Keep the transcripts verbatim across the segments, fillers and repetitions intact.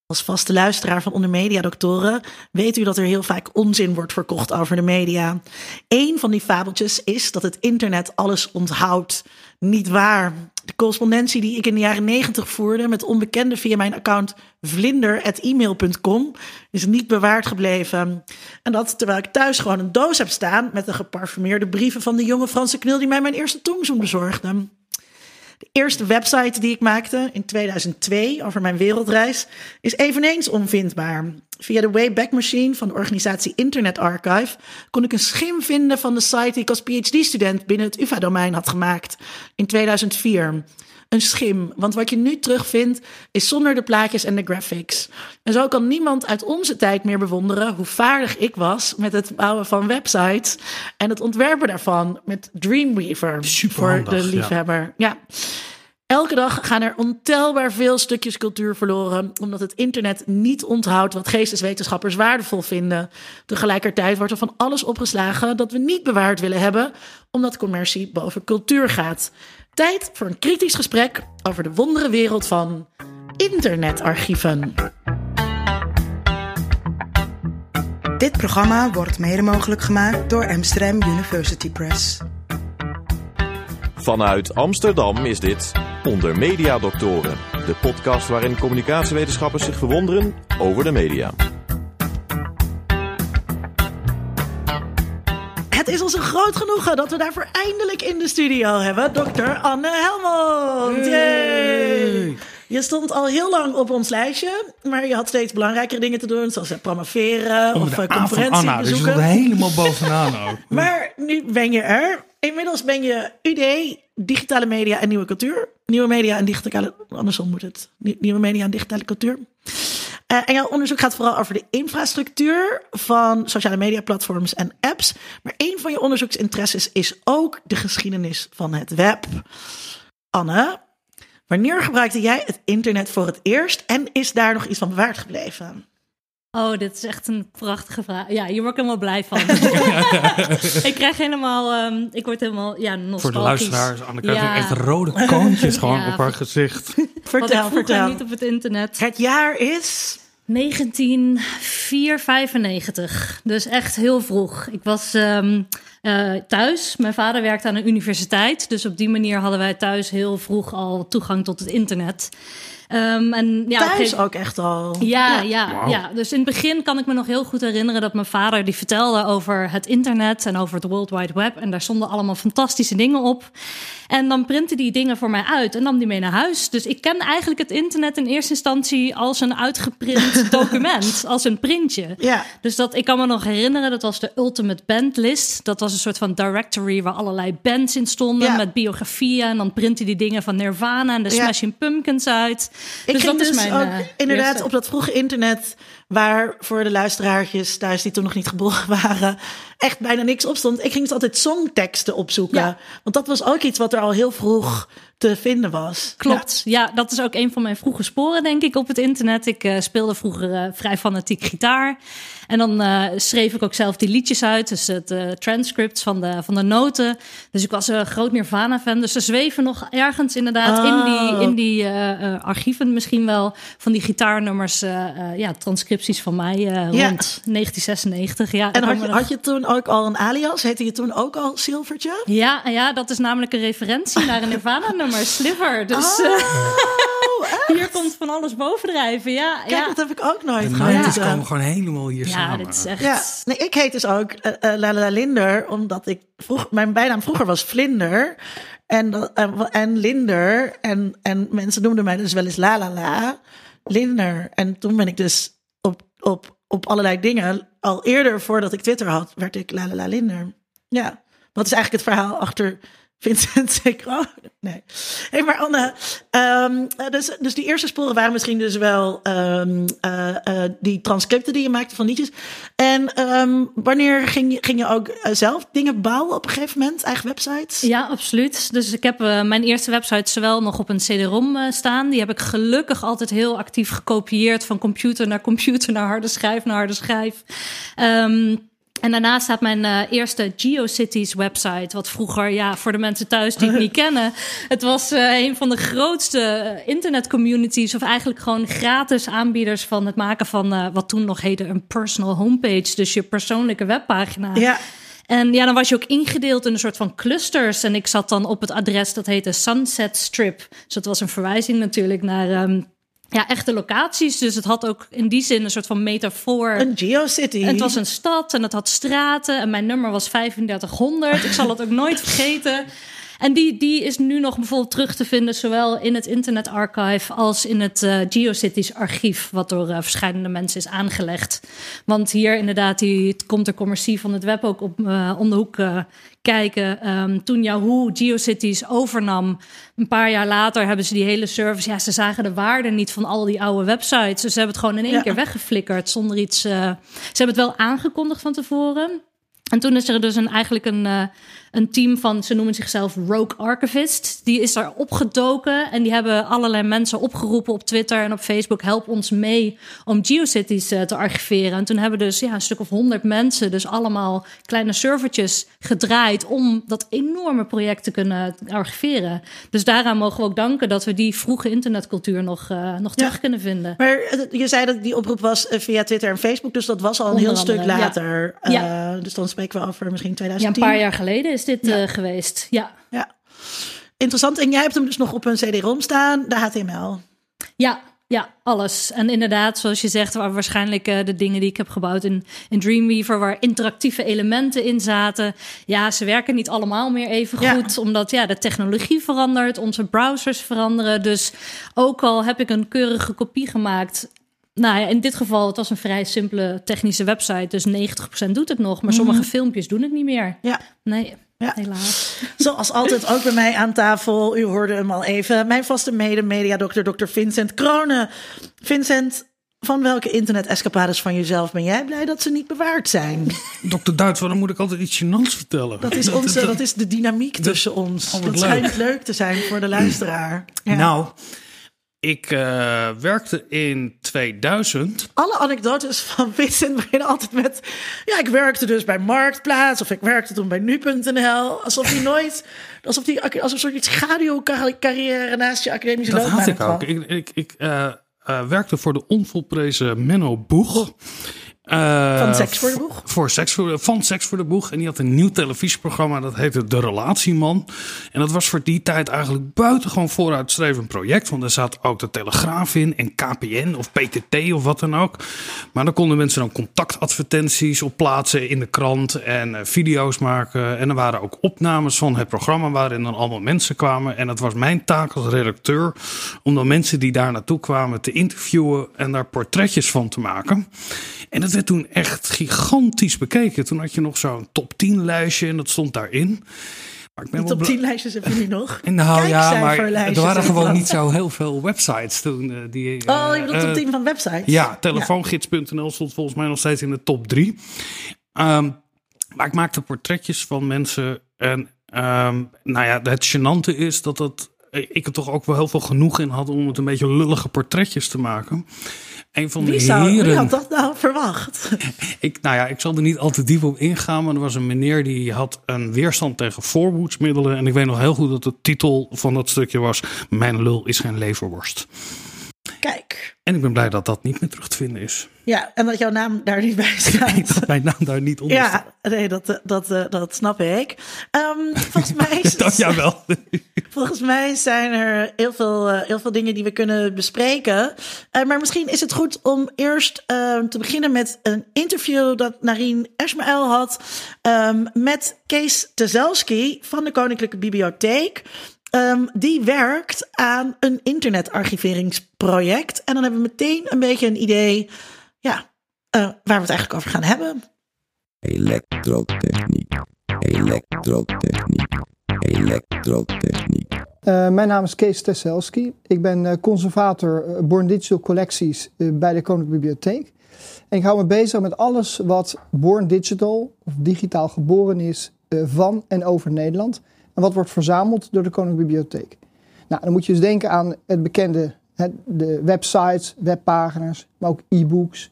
Als vaste luisteraar van Onder Media Doctoren weet u dat er heel vaak onzin wordt verkocht over de media. Eén van die fabeltjes is dat het internet alles onthoudt. Niet waar. De correspondentie die ik in de jaren negentig voerde met onbekenden via mijn account vlinder at e mail punt com is niet bewaard gebleven. En dat terwijl ik thuis gewoon een doos heb staan met de geparfumeerde brieven van de jonge Franse knul die mij mijn eerste tongzoen bezorgde. De eerste website die ik maakte in tweeduizend twee over mijn wereldreis is eveneens onvindbaar. Via de Wayback Machine van de organisatie Internet Archive kon ik een schim vinden van de site die ik als P H D-student binnen het U vA domein had gemaakt in tweeduizend vier. Een schim, want wat je nu terugvindt is zonder de plaatjes en de graphics. En zo kan niemand uit onze tijd meer bewonderen hoe vaardig ik was met het bouwen van websites en het ontwerpen daarvan met Dreamweaver. Superhandig, voor de liefhebber. Ja. ja. Elke dag gaan er ontelbaar veel stukjes cultuur verloren, omdat het internet niet onthoudt wat geesteswetenschappers waardevol vinden. Tegelijkertijd wordt er van alles opgeslagen dat we niet bewaard willen hebben, omdat commercie boven cultuur gaat. Tijd voor een kritisch gesprek over de wondere wereld van internetarchieven. Dit programma wordt mede mogelijk gemaakt door Amsterdam University Press. Vanuit Amsterdam is dit Onder Media Doctoren, de podcast waarin communicatiewetenschappers zich verwonderen over de media. Het is ons een groot genoegen dat we daarvoor eindelijk in de studio hebben dokter Anne Helmond. Yay! Je stond al heel lang op ons lijstje, maar je had steeds belangrijkere dingen te doen, zoals promoveren of conferentie Anna, bezoeken. Dus je stond helemaal bovenaan ook. Maar nu ben je er. Inmiddels ben je U D, digitale media en nieuwe cultuur. Nieuwe media en digitale, andersom moet het. Nieuwe media en digitale cultuur. Uh, en jouw onderzoek gaat vooral over de infrastructuur van sociale media platforms en apps. Maar een van je onderzoeksinteresses is ook de geschiedenis van het web. Anne, wanneer gebruikte jij het internet voor het eerst en is daar nog iets van bewaard gebleven? Oh, dit is echt een prachtige vraag. Ja, hier word ik helemaal blij van. ik krijg helemaal, um, ik word helemaal, ja, nostalgisch. Voor de luisteraars, Anne krijgt ja. echt rode koontjes gewoon ja, op haar gezicht. Vertel, vertel. Niet op het internet. Het jaar is negentien vierhonderdvijfennegentig. Dus echt heel vroeg. Ik was um, uh, thuis. Mijn vader werkte aan een universiteit. Dus op die manier hadden wij thuis heel vroeg al toegang tot het internet. Um, en ja, thuis gegeven... ook echt al. Ja, ja, ja, wow. ja. Dus in het begin kan ik me nog heel goed herinneren dat mijn vader die vertelde over het internet en over het World Wide Web. En daar stonden allemaal fantastische dingen op. En dan printte die dingen voor mij uit en nam die mee naar huis. Dus ik ken eigenlijk het internet in eerste instantie als een uitgeprint document, als een printje. Ja. Dus dat, ik kan me nog herinneren, dat was de Ultimate Band List. Dat was een soort van directory waar allerlei bands in stonden, ja, met biografieën. En dan printte die dingen van Nirvana en de Smashing ja. Pumpkins uit. Ik dus ging dat dus is mijn, ook uh, inderdaad eerste. op dat vroege internet, waar voor de luisteraartjes thuis die toen nog niet geboren waren, echt bijna niks op stond. Ik ging dus altijd songteksten opzoeken. Ja. Want dat was ook iets wat er al heel vroeg te vinden was. Klopt, ja. ja, dat is ook een van mijn vroege sporen, denk ik, op het internet. Ik uh, speelde vroeger uh, vrij fanatiek gitaar. En dan uh, schreef ik ook zelf die liedjes uit, dus het uh, transcripts van de, van de noten. Dus ik was een groot Nirvana-fan. Dus er zweven nog ergens inderdaad oh. in die, in die uh, uh, archieven misschien wel van die gitaarnummers, uh, uh, ja, transcripties van mij uh, ja. rond negentien zesennegentig. Ja, en had je, had je toen ook al een alias? Heette je toen ook al Silvertje? Ja, ja, dat is namelijk een referentie naar een Nirvana-nummer, Sliver. Dus oh, uh, hier komt van alles bovendrijven. Ja, Kijk, ja. dat heb ik ook nooit de gehad. Het komen gewoon helemaal hier ja, samen. Dit is echt... Ja, nee, ik heet dus ook uh, uh, Lala Linder, omdat ik vroeg, mijn bijnaam vroeger was Vlinder en, uh, en Linder en, en mensen noemden mij dus wel eens Lalala Linder. En toen ben ik dus op, op, op allerlei dingen, al eerder voordat ik Twitter had, werd ik Lalala Linder. Ja, wat is eigenlijk het verhaal achter Vincent Secro? Nee. Hey, maar Anne, um, dus, dus die eerste sporen waren misschien dus wel um, uh, uh, die transcripten die je maakte van liedjes. En um, wanneer ging je, ging je ook uh, zelf dingen bouwen op een gegeven moment, eigen websites? Ja, absoluut. Dus ik heb uh, mijn eerste website zowel nog op een C D-ROM uh, staan. Die heb ik gelukkig altijd heel actief gekopieerd van computer naar computer, naar harde schijf, naar harde schijf. Um, En daarnaast staat mijn uh, eerste GeoCities website, wat vroeger, ja, voor de mensen thuis die het niet kennen, het was uh, een van de grootste internetcommunities, of eigenlijk gewoon gratis aanbieders van het maken van uh, wat toen nog heette een personal homepage, dus je persoonlijke webpagina. Ja. En ja, dan was je ook ingedeeld in een soort van clusters. En ik zat dan op het adres dat heette Sunset Strip. Dus dat was een verwijzing natuurlijk naar um, ja, echte locaties. Dus het had ook in die zin een soort van metafoor. Een GeoCity. En het was een stad en het had straten. En mijn nummer was vijfendertig honderd. Ik zal het ook nooit vergeten. En die, die is nu nog bijvoorbeeld terug te vinden, zowel in het Internet Archive als in het uh, GeoCities archief, wat door uh, verschillende mensen is aangelegd. Want hier inderdaad, die, het komt de commercie van het web ook op, uh, om de hoek uh, kijken. Um, toen Yahoo GeoCities overnam, een paar jaar later hebben ze die hele service, ja, ze zagen de waarde niet van al die oude websites. Dus ze hebben het gewoon in één ja. keer weggeflikkerd zonder iets. Uh, ze hebben het wel aangekondigd van tevoren. En toen is er dus een, eigenlijk een, uh, een team van, ze noemen zichzelf Rogue Archivist. Die is daar opgedoken en die hebben allerlei mensen opgeroepen op Twitter en op Facebook. Help ons mee om GeoCities uh, te archiveren. En toen hebben dus ja, een stuk of honderd mensen dus allemaal kleine servertjes gedraaid om dat enorme project te kunnen archiveren. Dus daaraan mogen we ook danken dat we die vroege internetcultuur nog, uh, nog terug ja. kunnen vinden. Maar je zei dat die oproep was via Twitter en Facebook, dus dat was al een Onder heel andere, stuk later. Ja. Uh, ja. Dus dan spreken we over misschien tweeduizend tien. Ja, een paar jaar geleden is dit ja. uh, geweest. Ja. ja, interessant. En jij hebt hem dus nog op een C D-ROM staan, de H T M L. Ja, ja, alles. En inderdaad, zoals je zegt, waar waarschijnlijk uh, de dingen die ik heb gebouwd in, in Dreamweaver, waar interactieve elementen in zaten. Ja, ze werken niet allemaal meer even ja. goed, omdat ja, de technologie verandert, onze browsers veranderen. Dus ook al heb ik een keurige kopie gemaakt. Nou ja, in dit geval, het was een vrij simpele technische website. Dus negentig procent doet het nog. Maar sommige mm-hmm. filmpjes doen het niet meer. Ja. Nee, ja. helaas. Zoals altijd ook bij mij aan tafel. U hoorde hem al even. Mijn vaste mede-mediadokter, dokter Vincent Kroonen. Vincent, van welke internet-escapades van jezelf ben jij blij dat ze niet bewaard zijn? dokter Duits, dan moet ik altijd iets gênants vertellen. Dat is, onze, dat, dat is de dynamiek tussen ons. Dat leuk. schijnt leuk te zijn voor de luisteraar. Ja. Nou... Ik uh, werkte in tweeduizend. Alle anekdotes van Vincent beginnen altijd met... Ja, ik werkte dus bij Marktplaats. Of ik werkte toen bij nu punt n l. Alsof hij nooit... Alsof hij als een soort schaduwcarrière naast je academische loopbaan had. Dat had ik ook. Ik, ik, ik uh, uh, werkte voor de onvolprezen Menno Boeg. Uh, van Seks voor de Boeg? Voor seks voor, van Seks voor de Boeg. En die had een nieuw televisieprogramma, dat heette De Relatieman. En dat was voor die tijd eigenlijk buitengewoon vooruitstrevend project. Want er zat ook de Telegraaf in en K P N of P T T of wat dan ook. Maar dan konden mensen dan contactadvertenties op plaatsen in de krant en uh, video's maken. En er waren ook opnames van het programma waarin dan allemaal mensen kwamen. En dat was mijn taak als redacteur om dan mensen die daar naartoe kwamen te interviewen en daar portretjes van te maken. En dat werd toen echt gigantisch bekeken. Toen had je nog zo'n top tien lijstje en dat stond daarin. Maar ik ben Die top tien lijstjes heb je nu nog? Nou ja, maar er waren gewoon niet zo heel veel websites toen. Uh, die, uh, oh, je bedoelt top tien van websites? Ja, telefoongids punt n l stond volgens mij nog steeds in de top drie. Um, maar ik maakte portretjes van mensen. En um, nou ja, het gênante is dat dat, ik er toch ook wel heel veel genoeg in had om het een beetje lullige portretjes te maken. Een van wie, de zou, heren, wie had dat nou verwacht? Ik, nou ja, ik zal er niet al te diep op ingaan, maar er was een meneer die had een weerstand tegen voorboedsmiddelen. En ik weet nog heel goed dat de titel van dat stukje was: Mijn lul is geen leverworst. Kijk. En ik ben blij dat dat niet meer terug te vinden is. Ja, en dat jouw naam daar niet bij staat. Nee, dat mijn naam daar niet onder staat. Ja, nee, dat, dat, dat, dat snap ik. Um, volgens mij... dat jawel. Volgens mij zijn er heel veel, uh, heel veel dingen die we kunnen bespreken. Uh, maar misschien is het goed om eerst uh, te beginnen met een interview dat Narien Esmaël had um, met Kees Tezelski van de Koninklijke Bibliotheek. Um, die werkt aan een internetarchiveringsproject. En dan hebben we meteen een beetje een idee ja, uh, waar we het eigenlijk over gaan hebben. Elektrotechniek, elektrotechniek, elektrotechniek. Uh, mijn naam is Kees Tezelski. Ik ben uh, conservator uh, Born Digital collecties uh, bij de Koninklijke Bibliotheek. En ik hou me bezig met alles wat Born Digital, of digitaal geboren is, uh, van en over Nederland. En wat wordt verzameld door de Koninklijke Bibliotheek. Nou, dan moet je dus denken aan het bekende, het, de websites, webpagina's, maar ook e-books.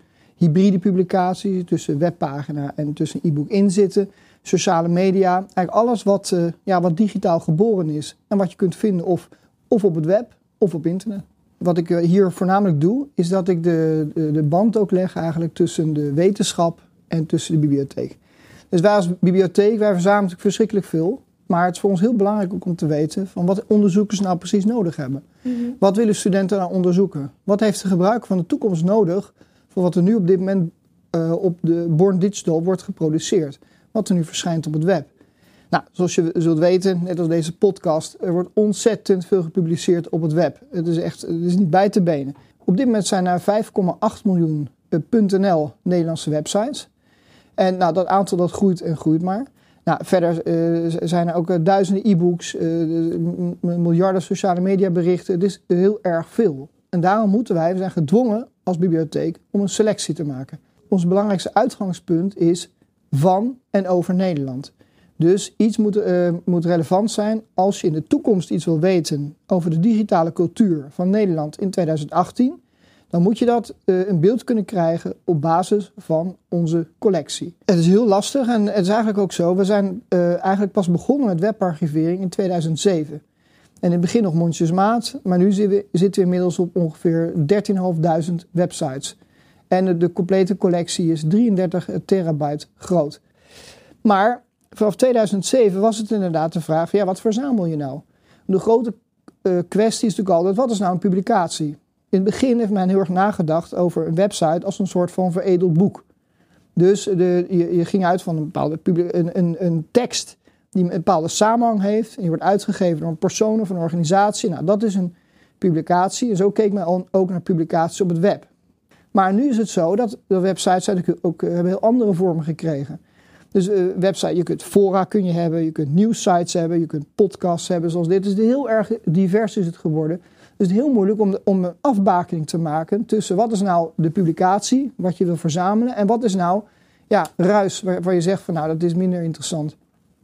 hybride publicatie, tussen webpagina en tussen e-book in zitten. Sociale media, eigenlijk alles wat, uh, ja, wat digitaal geboren is. En wat je kunt vinden of, of op het web of op internet. Wat ik hier voornamelijk doe, is dat ik de, de, de band ook leg eigenlijk tussen de wetenschap en tussen de bibliotheek. Dus wij als bibliotheek, wij verzamelen natuurlijk verschrikkelijk veel. Maar het is voor ons heel belangrijk ook om te weten van wat onderzoekers nou precies nodig hebben. Mm-hmm. Wat willen studenten nou onderzoeken? Wat heeft de gebruiker van de toekomst nodig voor wat er nu op dit moment uh, op de Born Digital wordt geproduceerd? Wat er nu verschijnt op het web. Nou, zoals je zult weten, net als deze podcast, er wordt ontzettend veel gepubliceerd op het web. Het is echt, het is niet bij te benen. Op dit moment zijn er vijf komma acht miljoen .n l Nederlandse websites. En nou, dat aantal dat groeit en groeit maar. Nou, verder uh, zijn er ook uh, duizenden e-books, uh, miljarden sociale media berichten. Het is heel erg veel. En daarom moeten wij, we zijn gedwongen als bibliotheek om een selectie te maken. Ons belangrijkste uitgangspunt is van en over Nederland. Dus iets moet, uh, moet relevant zijn als je in de toekomst iets wil weten over de digitale cultuur van Nederland in twintig achttien. Dan moet je dat uh, een beeld kunnen krijgen op basis van onze collectie. Het is heel lastig en het is eigenlijk ook zo. We zijn uh, eigenlijk pas begonnen met webarchivering in tweeduizend zeven. En in het begin nog mondjesmaat, maar nu zitten we, zitten we inmiddels op ongeveer dertienduizend vijfhonderd websites. En de, de complete collectie is drieëndertig terabyte groot. Maar vanaf tweeduizend zeven was het inderdaad de vraag van ja, wat verzamel je nou? De grote uh, kwestie is natuurlijk altijd, wat is nou een publicatie? In het begin heeft men heel erg nagedacht over een website als een soort van veredeld boek. Dus de, je, je ging uit van een bepaalde een, een, een tekst die een bepaalde samenhang heeft. En die wordt uitgegeven door een persoon of een organisatie. Nou, dat is een publicatie. En zo keek men ook naar publicaties op het web. Maar nu is het zo dat de websites ook, ook hebben heel andere vormen gekregen. Dus uh, website, je kunt fora kun je hebben, je kunt nieuwssites hebben, je kunt podcasts hebben zoals dit. Dus heel erg divers is het geworden. Dus het is heel moeilijk om, de, om een afbakening te maken tussen wat is nou de publicatie, wat je wil verzamelen, en wat is nou ja, ruis, waar, waar je zegt van nou dat is minder interessant.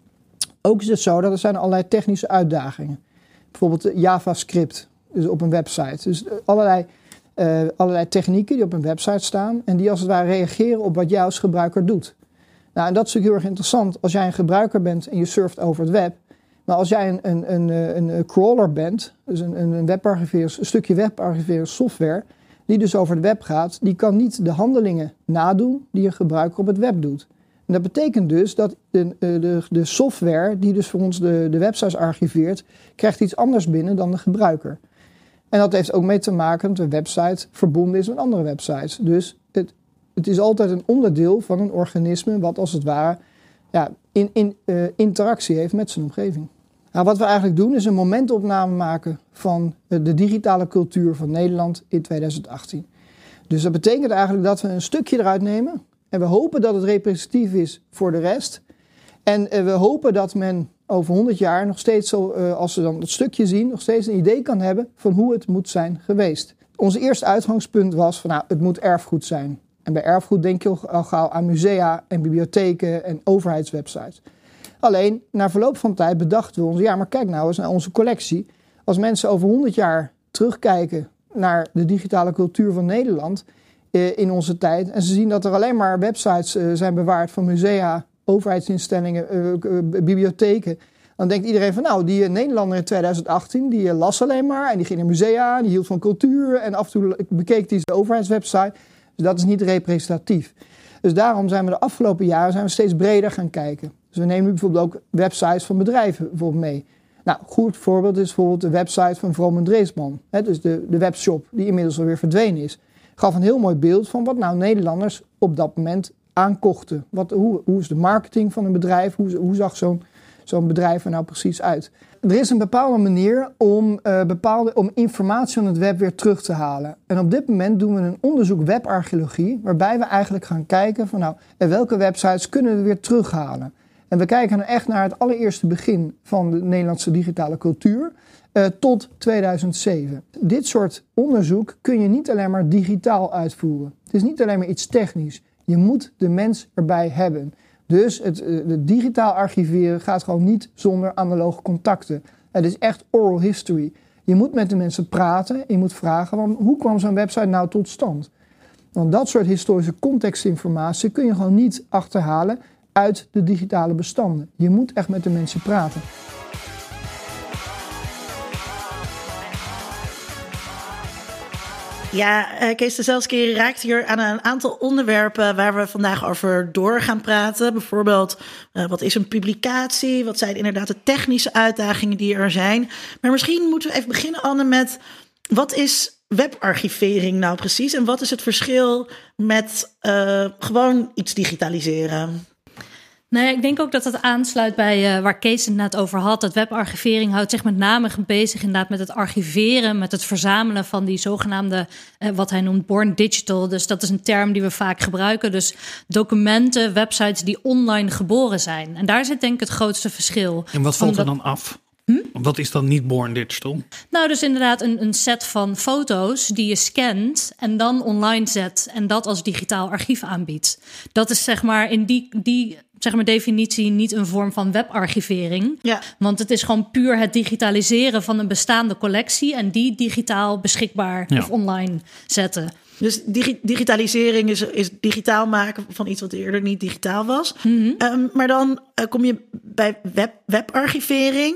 Ook is het zo dat er zijn allerlei technische uitdagingen. Bijvoorbeeld JavaScript dus op een website. Dus allerlei, uh, allerlei technieken die op een website staan en die als het ware reageren op wat jij als gebruiker doet. Nou, en dat is natuurlijk heel erg interessant als jij een gebruiker bent en je surft over het web. Maar als jij een, een, een, een, een crawler bent, dus een, een, webarchiveers, een stukje webarchiveers software, die dus over het web gaat, die kan niet de handelingen nadoen die een gebruiker op het web doet. En dat betekent dus dat de, de, de software die dus voor ons de, de websites archiveert, krijgt iets anders binnen dan de gebruiker. En dat heeft ook mee te maken dat een website verbonden is met andere websites. Dus het, het is altijd een onderdeel van een organisme wat als het ware ja, in, in, uh, interactie heeft met zijn omgeving. Nou, wat we eigenlijk doen is een momentopname maken van de digitale cultuur van Nederland in twintig achttien. Dus dat betekent eigenlijk dat we een stukje eruit nemen. En we hopen dat het representatief is voor de rest. En we hopen dat men over honderd jaar nog steeds, zo, als ze dan dat stukje zien, nog steeds een idee kan hebben van hoe het moet zijn geweest. Ons eerste uitgangspunt was van nou, het moet erfgoed zijn. En bij erfgoed denk je al gauw aan musea en bibliotheken en overheidswebsites. Alleen, na verloop van tijd bedachten we ons, ja, maar kijk nou eens naar onze collectie. Als mensen over honderd jaar terugkijken naar de digitale cultuur van Nederland eh, in onze tijd, en ze zien dat er alleen maar websites eh, zijn bewaard van musea, overheidsinstellingen, eh, eh, bibliotheken, dan denkt iedereen van nou, die Nederlander in twintig achttien, die las alleen maar en die ging naar musea, die hield van cultuur en af en toe bekeek die de overheidswebsite. Dus dat is niet representatief. Dus daarom zijn we de afgelopen jaren zijn we steeds breder gaan kijken. Dus we nemen nu bijvoorbeeld ook websites van bedrijven bijvoorbeeld mee. Nou, een goed voorbeeld is bijvoorbeeld de website van Vroom en Dreesman. Hè, dus de, de webshop die inmiddels alweer verdwenen is. Gaf een heel mooi beeld van wat nou Nederlanders op dat moment aankochten. Wat, hoe, hoe is de marketing van een bedrijf? Hoe, hoe zag zo'n, zo'n bedrijf er nou precies uit? Er is een bepaalde manier om, uh, bepaalde, om informatie van het web weer terug te halen. En op dit moment doen we een onderzoek webarcheologie, waarbij we eigenlijk gaan kijken van nou, welke websites kunnen we weer terughalen. En we kijken echt naar het allereerste begin van de Nederlandse digitale cultuur uh, tot tweeduizend zeven. Dit soort onderzoek kun je niet alleen maar digitaal uitvoeren. Het is niet alleen maar iets technisch. Je moet de mens erbij hebben. Dus het, het digitaal archiveren gaat gewoon niet zonder analoge contacten. Het is echt oral history. Je moet met de mensen praten. Je moet vragen, hoe kwam zo'n website nou tot stand? Want dat soort historische contextinformatie kun je gewoon niet achterhalen uit de digitale bestanden. Je moet echt met de mensen praten. Ja, uh, Kees Teselski raakt hier aan een aantal onderwerpen waar we vandaag over door gaan praten. Bijvoorbeeld, uh, wat is een publicatie? Wat zijn inderdaad de technische uitdagingen die er zijn? Maar misschien moeten we even beginnen, Anne, met wat is webarchivering nou precies? En wat is het verschil met uh, gewoon iets digitaliseren? Nou ja, ik denk ook dat het aansluit bij uh, waar Kees het net over had. Dat webarchivering houdt zich met name bezig inderdaad met het archiveren, met het verzamelen van die zogenaamde, uh, wat hij noemt, born digital. Dus dat is een term die we vaak gebruiken. Dus documenten, websites die online geboren zijn. En daar zit denk ik het grootste verschil. En wat valt Omdat... er dan af? Hm? Wat is dan niet born digital? Nou, dus inderdaad een, een set van foto's die je scant en dan online zet en dat als digitaal archief aanbiedt. Dat is zeg maar in die, die zeg maar definitie niet een vorm van webarchivering. Ja. Want het is gewoon puur het digitaliseren van een bestaande collectie en die digitaal beschikbaar Ja. of online zetten. Dus digi- digitalisering is, is digitaal maken van iets wat eerder niet digitaal was. Mm-hmm. Um, maar dan uh, kom je bij web, webarchivering.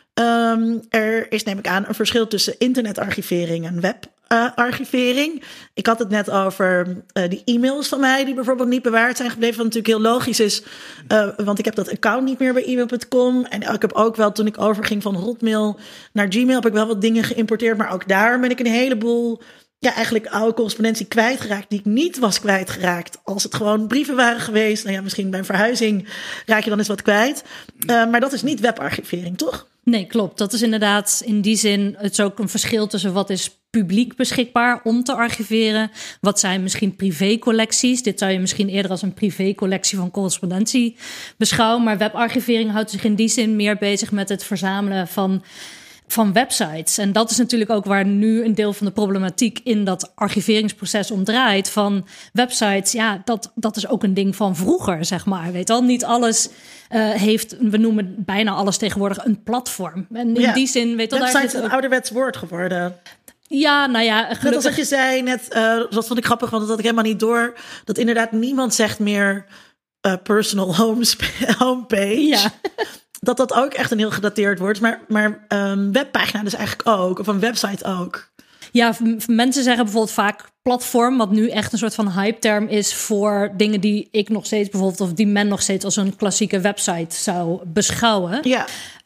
Um, er is, neem ik aan, een verschil tussen internetarchivering en webarchivering. Ik had het net over uh, die e-mails van mij die bijvoorbeeld niet bewaard zijn gebleven. Wat natuurlijk heel logisch is, uh, want ik heb dat account niet meer bij e mail punt com. En ik heb ook wel, toen ik overging van Hotmail naar Gmail, heb ik wel wat dingen geïmporteerd. Maar ook daar ben ik een heleboel, ja, eigenlijk oude correspondentie kwijtgeraakt die ik niet was kwijtgeraakt. Als het gewoon brieven waren geweest. Nou ja, misschien bij een verhuizing raak je dan eens wat kwijt. Uh, maar dat is niet webarchivering, toch? Nee, klopt. Dat is inderdaad in die zin, het is ook een verschil tussen wat is publiek beschikbaar om te archiveren. Wat zijn misschien privécollecties? Dit zou je misschien eerder als een privécollectie van correspondentie beschouwen. Maar webarchivering houdt zich in die zin meer bezig met het verzamelen van van websites. En dat is natuurlijk ook waar nu een deel van de problematiek in dat archiveringsproces om draait. Van websites, ja, dat, dat is ook een ding van vroeger, zeg maar. Weet al, niet alles uh, heeft, we noemen bijna alles tegenwoordig een platform. En in Ja. die zin, weet al, daar Website is zit een ook... ouderwets woord geworden. Ja, nou ja, gelukkig... Net als dat je zei net, uh, dat vond ik grappig, want dat had ik helemaal niet door. Dat inderdaad niemand zegt meer uh, personal homesp- homepage. Ja. Dat dat ook echt een heel gedateerd wordt. Maar, maar um, webpagina dus eigenlijk ook. Of een website ook. Ja, v- mensen zeggen bijvoorbeeld vaak platform, wat nu echt een soort van hype-term is voor dingen die ik nog steeds bijvoorbeeld, of die men nog steeds als een klassieke website zou beschouwen. Ja.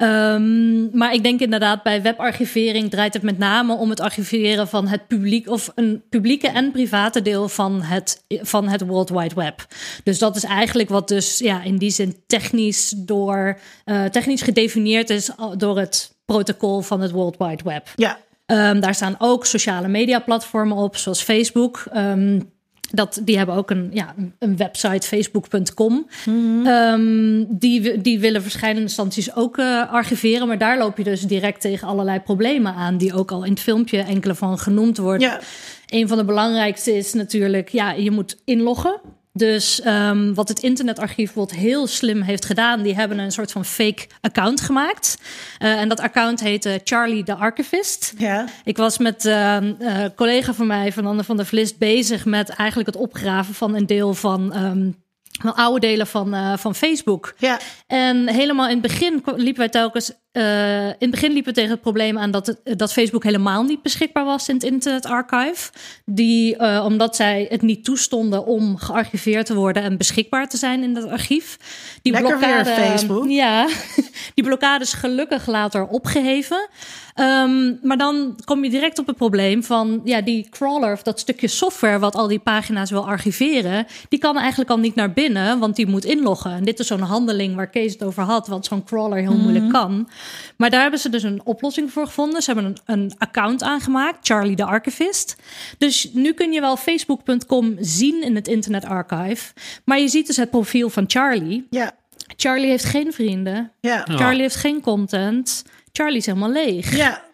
Um, maar ik denk inderdaad bij webarchivering draait het met name om het archiveren van het publiek of een publieke en private deel van het, van het World Wide Web. Dus dat is eigenlijk wat dus ja, in die zin technisch door uh, technisch gedefinieerd is door het protocol van het World Wide Web. Ja. Um, daar staan ook sociale media platformen op, zoals Facebook. Um, dat, die hebben ook een, ja, een website, facebook punt com. Mm-hmm. Um, die, die willen verschillende instanties ook uh, archiveren. Maar daar loop je dus direct tegen allerlei problemen aan, die ook al in het filmpje enkele van genoemd worden. Ja. Een van de belangrijkste is natuurlijk, ja, je moet inloggen. Dus um, wat het internetarchief bijvoorbeeld heel slim heeft gedaan, die hebben een soort van fake account gemaakt. Uh, en dat account heette Charlie the Archivist. Ja. Ik was met een uh, uh, collega van mij, van Anne van der Vlist, bezig met eigenlijk het opgraven van een deel van Um, van oude delen van, uh, van Facebook. Ja. En helemaal in het begin liepen wij telkens... Uh, in het begin liepen we tegen het probleem aan dat, het, dat Facebook helemaal niet beschikbaar was in het Internet Archive. Die, uh, omdat zij het niet toestonden om gearchiveerd te worden en beschikbaar te zijn in dat archief. Die Lekker blokkade, weer Facebook. Ja, die blokkade is gelukkig later opgeheven. Um, maar dan kom je direct op het probleem van ja, die crawler of dat stukje software wat al die pagina's wil archiveren, die kan eigenlijk al niet naar binnen, want die moet inloggen. En dit is zo'n handeling waar Kees het over had, wat zo'n crawler heel mm-hmm. moeilijk kan. Maar daar hebben ze dus een oplossing voor gevonden. Ze hebben een, een account aangemaakt, Charlie the Archivist. Dus nu kun je wel facebook punt com zien in het Internet Archive, maar je ziet dus het profiel van Charlie. Ja. Charlie heeft geen vrienden. Ja. Charlie heeft geen content. Charlie is helemaal leeg. Ja,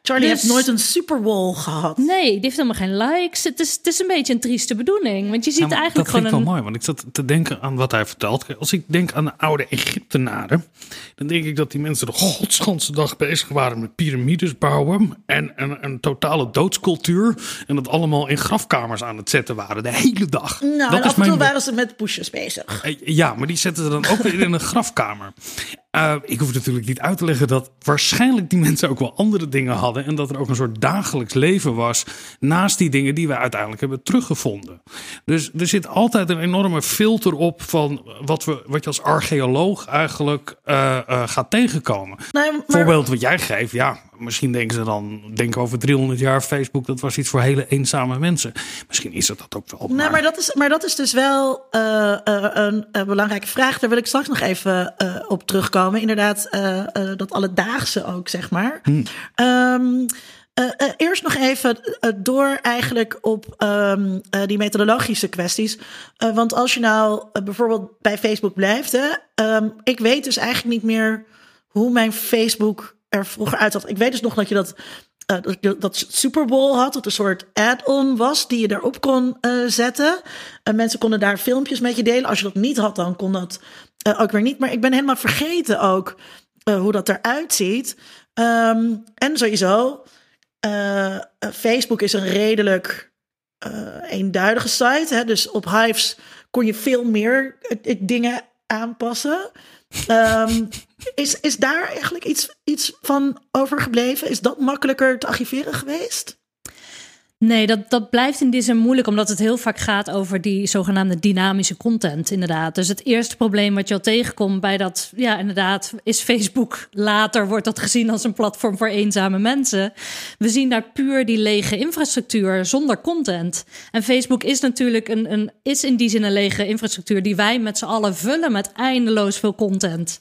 Charlie dus, heeft nooit een Superwall gehad. Nee, die heeft helemaal geen likes. Het is, het is een beetje een trieste bedoeling. Want je ziet Ja, eigenlijk dat gewoon vind ik een... wel mooi, want ik zat te denken aan wat hij vertelt. Kijk, als ik denk aan de oude Egyptenaren, dan denk ik dat die mensen de godsganse dag bezig waren met piramides bouwen en een, een totale doodscultuur en dat allemaal in grafkamers aan het zetten waren, de hele dag. Nou, dat en is af en toe mijn... waren ze met pushes bezig. Ja, maar die zetten ze dan ook weer in een grafkamer. Uh, ik hoef natuurlijk niet uit te leggen dat waarschijnlijk die mensen ook wel andere dingen hadden en dat er ook een soort dagelijks leven was naast die dingen die we uiteindelijk hebben teruggevonden. Dus er zit altijd een enorme filter op van wat, we, wat je als archeoloog eigenlijk uh, uh, gaat tegenkomen. Nee, maar... Voorbeeld wat jij geeft, ja, misschien denken ze dan, denken over driehonderd jaar Facebook, dat was iets voor hele eenzame mensen. Misschien is het dat ook wel. Nee, maar, maar, dat, is, maar dat is dus wel uh, uh, een, een belangrijke vraag. Daar wil ik straks nog even uh, op terugkomen. Inderdaad, uh, uh, dat alledaagse ook, zeg maar. Hmm. Um, Uh, uh, eerst nog even uh, door eigenlijk op um, uh, die methodologische kwesties. Uh, want als je nou uh, bijvoorbeeld bij Facebook blijft, hè, um, ik weet dus eigenlijk niet meer hoe mijn Facebook er vroeger uitzag. Ik weet dus nog dat je dat, uh, dat, dat Superbowl had, dat een soort add-on was die je erop kon uh, zetten. Uh, mensen konden daar filmpjes met je delen. Als je dat niet had, dan kon dat uh, ook weer niet. Maar ik ben helemaal vergeten ook uh, hoe dat eruit ziet. Um, en sowieso... Uh, Facebook is een redelijk uh, eenduidige site. Hè? Dus op Hives kon je veel meer uh, dingen aanpassen. Um, is, is daar eigenlijk iets, iets van overgebleven? Is dat makkelijker te archiveren geweest? Nee, dat, dat blijft in die zin moeilijk, omdat het heel vaak gaat over die zogenaamde dynamische content, inderdaad. Dus het eerste probleem wat je al tegenkomt bij dat, ja, inderdaad, is Facebook later, wordt dat gezien als een platform voor eenzame mensen. We zien daar puur die lege infrastructuur zonder content. En Facebook is natuurlijk een, een is in die zin een lege infrastructuur die wij met z'n allen vullen met eindeloos veel content.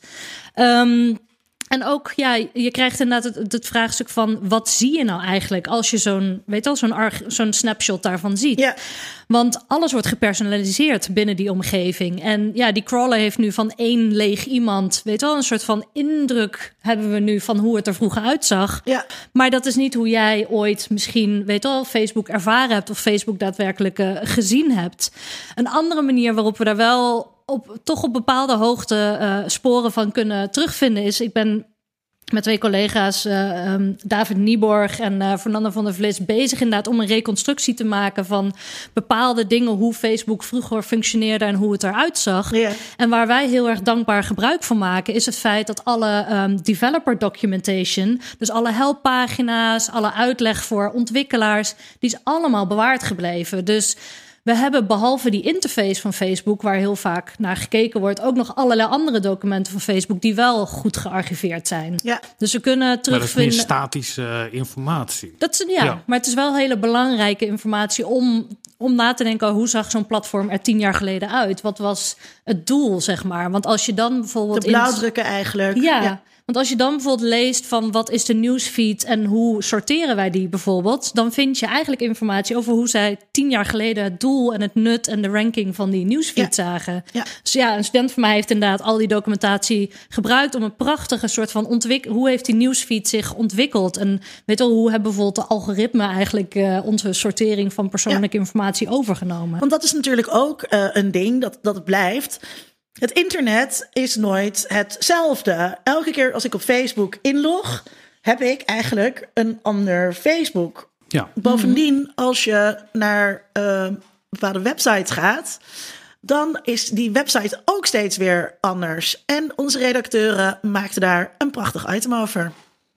Um, En ook, ja, je krijgt inderdaad het, het vraagstuk van... wat zie je nou eigenlijk als je zo'n, weet je wel, zo'n, arg, zo'n snapshot daarvan ziet? Ja. Want alles wordt gepersonaliseerd binnen die omgeving. En ja, die crawler heeft nu van één leeg iemand... weet je wel, een soort van indruk hebben we nu van hoe het er vroeger uitzag. Ja. Maar dat is niet hoe jij ooit misschien, weet je wel, Facebook ervaren hebt... of Facebook daadwerkelijk uh, gezien hebt. Een andere manier waarop we daar wel... Op, toch op bepaalde hoogte uh, sporen van kunnen terugvinden is... Ik ben met twee collega's, uh, um, David Nieborg en uh, Fernanda van der Vlis... bezig inderdaad om een reconstructie te maken van bepaalde dingen... hoe Facebook vroeger functioneerde en hoe het eruit zag. Yeah. En waar wij heel erg dankbaar gebruik van maken... is het feit dat alle um, developer documentation... dus alle helppagina's, alle uitleg voor ontwikkelaars... die is allemaal bewaard gebleven. Dus... we hebben behalve die interface van Facebook... waar heel vaak naar gekeken wordt... ook nog allerlei andere documenten van Facebook... die wel goed gearchiveerd zijn. Ja. Dus we kunnen terugvinden... Maar dat is meer statische uh, informatie. Dat is, ja, ja, maar het is wel hele belangrijke informatie... om, om na te denken... hoe zag zo'n platform er tien jaar geleden uit? Wat was het doel, zeg maar? Want als je dan bijvoorbeeld... de blauwdrukken eigenlijk. Ja, ja. Want als je dan bijvoorbeeld leest van wat is de newsfeed en hoe sorteren wij die bijvoorbeeld, dan vind je eigenlijk informatie over hoe zij tien jaar geleden het doel en het nut en de ranking van die newsfeed ja. zagen. Ja. Dus ja, een student van mij heeft inderdaad al die documentatie gebruikt om een prachtige soort van ontwikkeling. Hoe heeft die newsfeed zich ontwikkeld? En weet je wel, hoe hebben bijvoorbeeld de algoritme eigenlijk uh, onze sortering van persoonlijke ja. informatie overgenomen? Want dat is natuurlijk ook uh, een ding dat, dat blijft. Het internet is nooit hetzelfde. Elke keer als ik op Facebook inlog, heb ik eigenlijk een ander Facebook. Ja. Bovendien, als je naar uh, bepaalde websites gaat, dan is die website ook steeds weer anders. En onze redacteuren maakten daar een prachtig item over.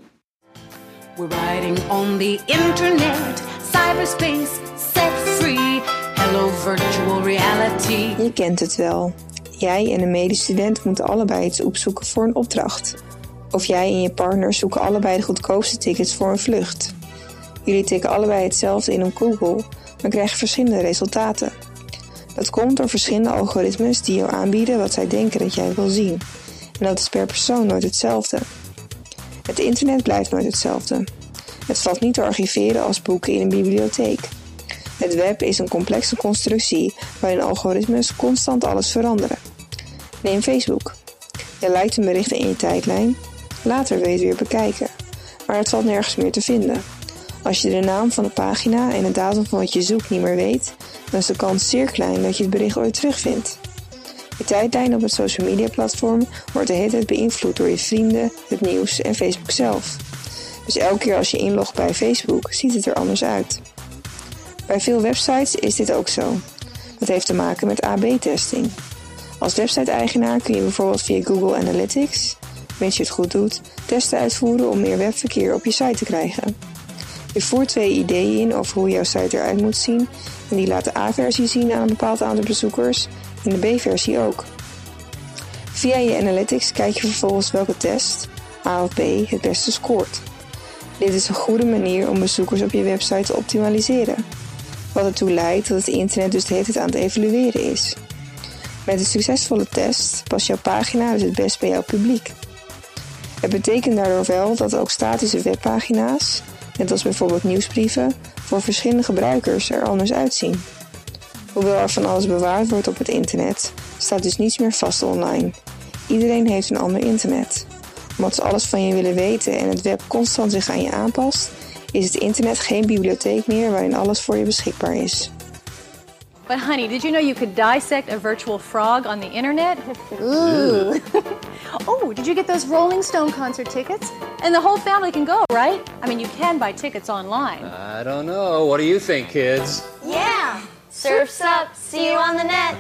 We're riding on the internet, cyberspace, set free. Hello virtual reality. Je kent het wel. Jij en een medestudent moeten allebei iets opzoeken voor een opdracht. Of jij en je partner zoeken allebei de goedkoopste tickets voor een vlucht. Jullie tikken allebei hetzelfde in op Google, maar krijgen verschillende resultaten. Dat komt door verschillende algoritmes die jou aanbieden wat zij denken dat jij wil zien. En dat is per persoon nooit hetzelfde. Het internet blijft nooit hetzelfde. Het valt niet te archiveren als boeken in een bibliotheek. Het web is een complexe constructie waarin algoritmes constant alles veranderen. Neem Facebook. Je lijkt een bericht in je tijdlijn, later wil je het weer bekijken. maar het valt nergens meer te vinden. Als je de naam van de pagina en de datum van wat je zoekt niet meer weet, dan is de kans zeer klein dat je het bericht ooit terugvindt. Je tijdlijn op het social media platform wordt de hele tijd beïnvloed door je vrienden, het nieuws en Facebook zelf. Dus elke keer als je inlogt bij Facebook, ziet het er anders uit. Bij veel websites is dit ook zo. Dat heeft te maken met A B-testing. Als website-eigenaar kun je bijvoorbeeld via Google Analytics, mits je het goed doet, testen uitvoeren om meer webverkeer op je site te krijgen. Je voert twee ideeën in over hoe jouw site eruit moet zien en die laat de A-versie zien aan een bepaald aantal bezoekers en de B-versie ook. Via je Analytics kijk je vervolgens welke test, A of B, het beste scoort. Dit is een goede manier om bezoekers op je website te optimaliseren, wat ertoe leidt dat het internet dus de hele tijd aan het evalueren is. Met een succesvolle test past jouw pagina dus het best bij jouw publiek. Het betekent daardoor wel dat ook statische webpagina's, net als bijvoorbeeld nieuwsbrieven, voor verschillende gebruikers er anders uitzien. Hoewel er van alles bewaard wordt op het internet, staat dus niets meer vast online. Iedereen heeft een ander internet. Omdat ze alles van je willen weten en het web constant zich aan je aanpast, is het internet geen bibliotheek meer waarin alles voor je beschikbaar is. But honey, did you know you could dissect a virtual frog on the internet? Ooh. Oh, did you get those Rolling Stone concert tickets? And the whole family can go, right? I mean, you can buy tickets online. I don't know. What do you think, kids? Yeah. Surf's up. See you on the net.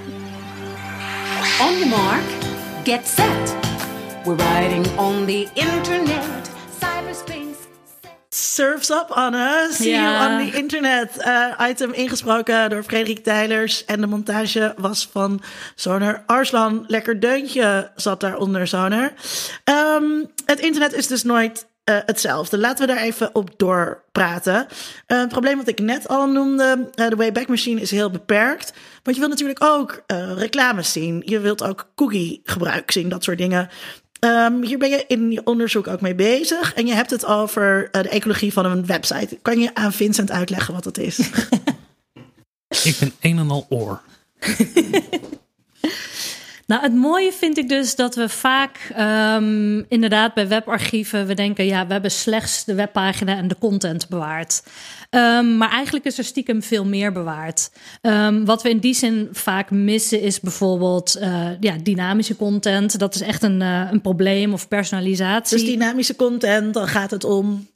On your mark, get set. We're riding on the internet, cyberspace. Surf's up, Anne. See Ja. you on the internet. Uh, item ingesproken door Frederik Teylers. En de montage was van Soner Arslan. Lekker deuntje zat daaronder, Soner. Um, het internet is dus nooit uh, hetzelfde. Laten we daar even op doorpraten. Uh, het probleem wat ik net al noemde, uh, de Wayback Machine, is heel beperkt. Want je wilt natuurlijk ook uh, reclames zien. Je wilt ook cookie gebruik zien, dat soort dingen. Um, hier ben je in je onderzoek ook mee bezig. En je hebt het over uh, de ecologie van een website. Kan je aan Vincent uitleggen wat dat is? Ik ben een en al oor. Nou, het mooie vind ik dus dat we vaak um, inderdaad bij webarchieven, we denken, ja, we hebben slechts de webpagina en de content bewaard. Um, maar eigenlijk is er stiekem veel meer bewaard. Um, wat we in die zin vaak missen is bijvoorbeeld uh, ja, dynamische content. Dat is echt een, uh, een probleem, of personalisatie. Dus dynamische content, dan gaat het om...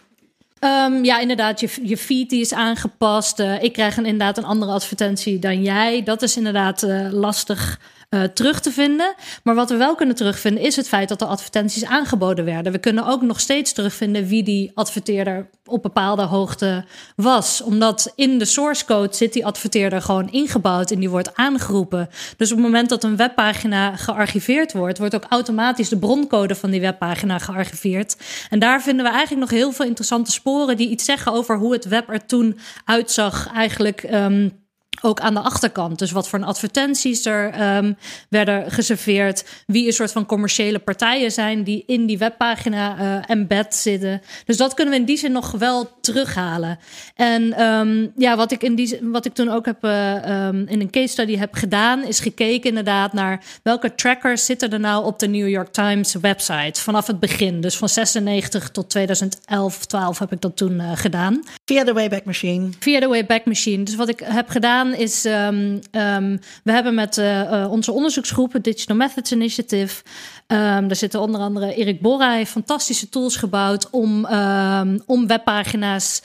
Um, ja, inderdaad, je, je feed die is aangepast. Uh, ik krijg een, inderdaad een andere advertentie dan jij. Dat is inderdaad uh, lastig uh, terug te vinden. Maar wat we wel kunnen terugvinden is het feit dat er advertenties aangeboden werden. We kunnen ook nog steeds terugvinden wie die adverteerder op bepaalde hoogte was. Omdat in de source code zit die adverteerder gewoon ingebouwd en die wordt aangeroepen. Dus op het moment dat een webpagina gearchiveerd wordt, wordt ook automatisch de broncode van die webpagina gearchiveerd. En daar vinden we eigenlijk nog heel veel interessante sporen die iets zeggen over hoe het web er toen uitzag eigenlijk... Um, ook aan de achterkant. Dus wat voor advertenties er um, werden geserveerd. Wie een soort van commerciële partijen zijn die in die webpagina uh, embed zitten. Dus dat kunnen we in die zin nog wel terughalen. En um, ja, wat ik, in die, wat ik toen ook heb, uh, um, in een case study heb gedaan, is gekeken inderdaad naar welke trackers zitten er nou op de New York Times website. Vanaf het begin. Dus van zesennegentig tot tweeduizend elf, twaalf heb ik dat toen uh, gedaan. Via de Wayback Machine. Via de Wayback Machine. Dus wat ik heb gedaan is, um, um, we hebben met uh, uh, onze onderzoeksgroep, het Digital Methods Initiative, um, daar zitten onder andere Erik Borra, heeft fantastische tools gebouwd om, um, om webpagina's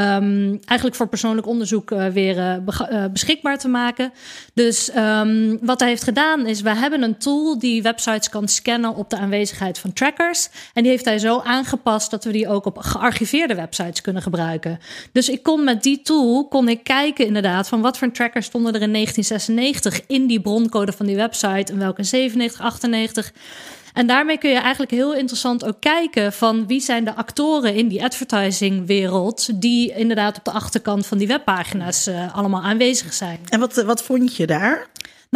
um, eigenlijk voor persoonlijk onderzoek uh, weer uh, be- uh, beschikbaar te maken. Dus um, wat hij heeft gedaan is, we hebben een tool die websites kan scannen op de aanwezigheid van trackers. En die heeft hij zo aangepast dat we die ook op gearchiveerde websites kunnen gebruiken. Dus ik kon met die tool, kon ik kijken inderdaad van wat voor trackers stonden er in negentien zesennegentig in die broncode van die website en welke in zevenennegentig, achtennegentig. En daarmee kun je eigenlijk heel interessant ook kijken van wie zijn de actoren in die advertisingwereld die inderdaad op de achterkant van die webpagina's uh, allemaal aanwezig zijn. En wat, wat vond je daar?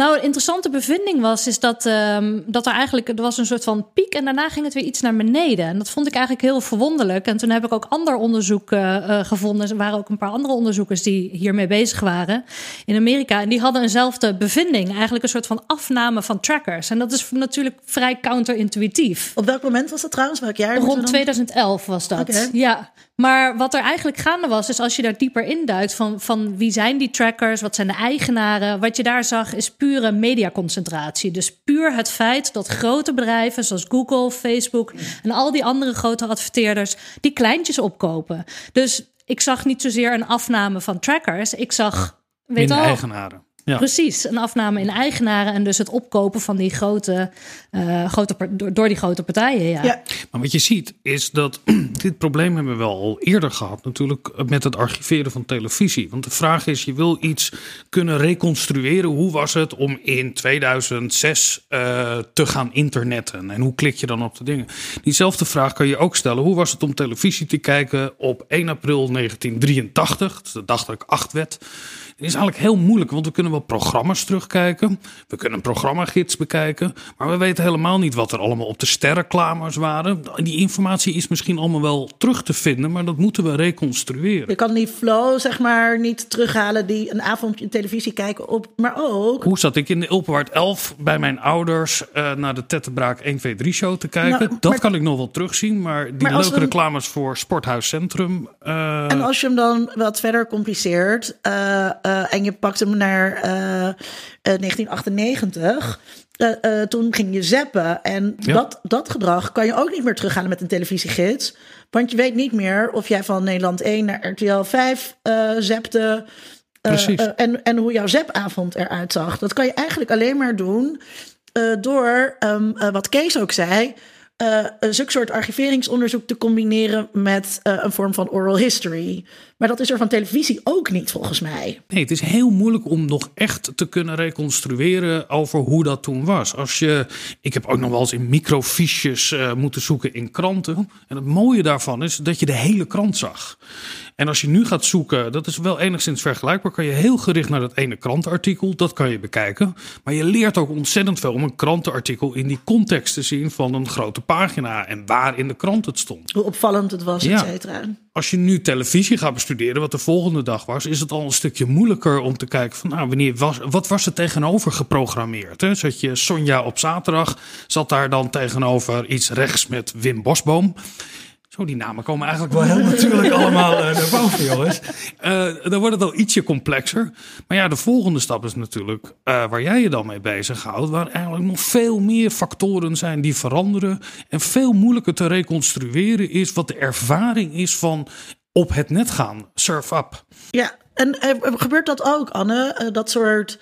Nou, een interessante bevinding was is dat, um, dat er eigenlijk er was een soort van piek en daarna ging het weer iets naar beneden. En dat vond ik eigenlijk heel verwonderlijk. En toen heb ik ook ander onderzoek uh, uh, gevonden. Er waren ook een paar andere onderzoekers die hiermee bezig waren in Amerika. En die hadden eenzelfde bevinding. Eigenlijk een soort van afname van trackers. En dat is natuurlijk vrij counterintuïtief. Op welk moment was dat trouwens? Welk jaar? Rond tweeduizend elf was dat. Okay. Ja. Maar wat er eigenlijk gaande was, is als je daar dieper induikt van, van wie zijn die trackers, wat zijn de eigenaren, wat je daar zag is pure mediaconcentratie. Dus puur het feit dat grote bedrijven zoals Google, Facebook en al die andere grote adverteerders die kleintjes opkopen. Dus ik zag niet zozeer een afname van trackers, ik zag weet in al, eigenaren. Ja. Precies, een afname in eigenaren en dus het opkopen van die grote, uh, grote door, door die grote partijen. Ja. Ja. Maar wat je ziet is dat dit probleem hebben we wel al eerder gehad, natuurlijk met het archiveren van televisie. Want de vraag is, je wil iets kunnen reconstrueren. Hoe was het om in tweeduizend zes uh, te gaan internetten? En hoe klik je dan op de dingen? Diezelfde vraag kan je ook stellen. Hoe was het om televisie te kijken op één april negentien drieëntachtig? Dat is de dag dat ik acht werd. Het is eigenlijk heel moeilijk, want we kunnen wel programma's terugkijken. We kunnen een programmagids bekijken. Maar we weten helemaal niet wat er allemaal op de sterrenklamers waren. Die informatie is misschien allemaal wel terug te vinden, maar dat moeten we reconstrueren. Je kan die flow, zeg maar, niet terughalen die een avondje televisie kijken op, maar ook... Hoe zat ik in de Ulpenwaard elf bij mijn ouders uh, naar de Tettenbraak één twee drie show te kijken? Nou, dat maar, kan ik nog wel terugzien, maar die maar leuke we, reclames voor Sporthuis Centrum... Uh, en als je hem dan wat verder compliceert... Uh, Uh, en je pakt hem naar uh, uh, negentien achtennegentig. Uh, uh, toen ging je zappen. En ja. dat, dat gedrag kan je ook niet meer terughalen met een televisiegids. Want je weet niet meer of jij van Nederland één naar R T L vijf uh, zapte. Uh, uh, en, en hoe jouw zapavond eruit zag. Dat kan je eigenlijk alleen maar doen uh, door, um, uh, wat Kees ook zei... Uh, zulk soort archiveringsonderzoek te combineren met uh, een vorm van oral history. Maar dat is er van televisie ook niet, volgens mij. Nee, het is heel moeilijk om nog echt te kunnen reconstrueren over hoe dat toen was. Als je, ik heb ook nog wel eens in microfiches uh, moeten zoeken in kranten. En het mooie daarvan is dat je de hele krant zag. En als je nu gaat zoeken, dat is wel enigszins vergelijkbaar, kan je heel gericht naar dat ene krantenartikel, dat kan je bekijken. Maar je leert ook ontzettend veel om een krantenartikel in die context te zien van een grote pagina en waar in de krant het stond. Hoe opvallend het was, ja. et cetera. Als je nu televisie gaat bestuderen, wat de volgende dag was, is het al een stukje moeilijker om te kijken van, nou, wanneer was, wat was er tegenover geprogrammeerd? Hè? Zat je Sonja op zaterdag, zat daar dan tegenover iets rechts met Wim Bosboom. Zo, die namen komen eigenlijk wel heel natuurlijk allemaal uh, naar boven, jongens. Uh, dan wordt het al ietsje complexer. Maar ja, de volgende stap is natuurlijk, uh, waar jij je dan mee bezighoudt, waar eigenlijk nog veel meer factoren zijn die veranderen. En veel moeilijker te reconstrueren is wat de ervaring is van op het net gaan, surf up. Ja, en uh, gebeurt dat ook, Anne? Uh, dat soort...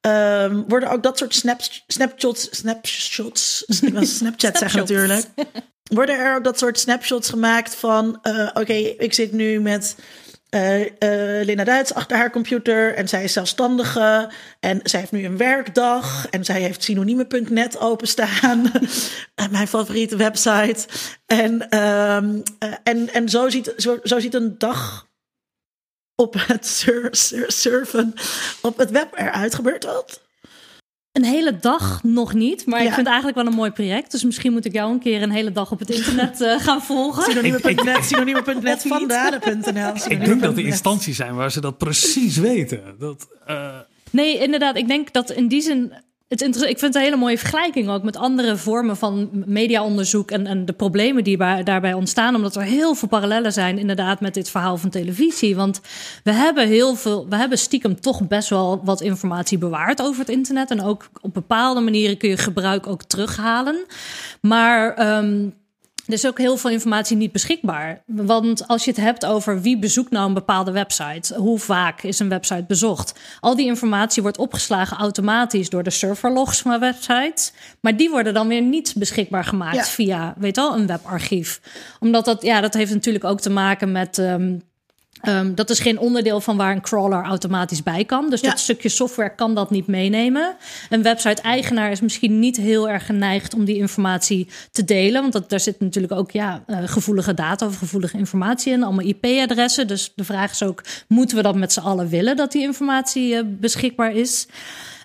Um, worden ook dat soort snaps, snapshots, snapshots, ik wil Snapchat zeggen natuurlijk. Worden er ook dat soort snapshots gemaakt van, uh, oké, okay, ik zit nu met uh, uh, Linda Duits achter haar computer en zij is zelfstandige en zij heeft nu een werkdag en zij heeft synonieme punt net openstaan, mijn favoriete website. En, um, uh, en, en zo, ziet, zo, zo ziet een dag op het sur- sur- surfen op het web eruit. Gebeurt dat? Een hele dag nog niet, maar Ja. ik vind het eigenlijk wel een mooi project. Dus misschien moet ik jou een keer een hele dag op het internet uh, gaan volgen. Synonieme punt net, synonieme punt net, Of niet? vandalen punt n l. Ik denk dat er instanties zijn waar ze dat precies weten. Dat, uh... Nee, inderdaad. Ik denk dat in die zin... Het inter- ik vind het een hele mooie vergelijking ook met andere vormen van mediaonderzoek en, en de problemen die bij, daarbij ontstaan. Omdat er heel veel parallellen zijn inderdaad met dit verhaal van televisie. Want we hebben heel veel, we hebben stiekem toch best wel wat informatie bewaard over het internet. En ook op bepaalde manieren kun je gebruik ook terughalen. Maar... Um, Er is ook heel veel informatie niet beschikbaar. Want als je het hebt over wie bezoekt nou een bepaalde website, hoe vaak is een website bezocht, al die informatie wordt opgeslagen automatisch door de serverlogs van websites. Maar die worden dan weer niet beschikbaar gemaakt ja. via, weet wel, een webarchief. Omdat dat, ja, dat heeft natuurlijk ook te maken met... Um, Um, dat is geen onderdeel van waar een crawler automatisch bij kan. Dus ja. dat stukje software kan dat niet meenemen. Een website-eigenaar is misschien niet heel erg geneigd om die informatie te delen. Want dat, daar zit natuurlijk ook ja, uh, gevoelige data of gevoelige informatie in. Allemaal I P-adressen. Dus de vraag is ook, moeten we dat met z'n allen willen dat die informatie uh, beschikbaar is?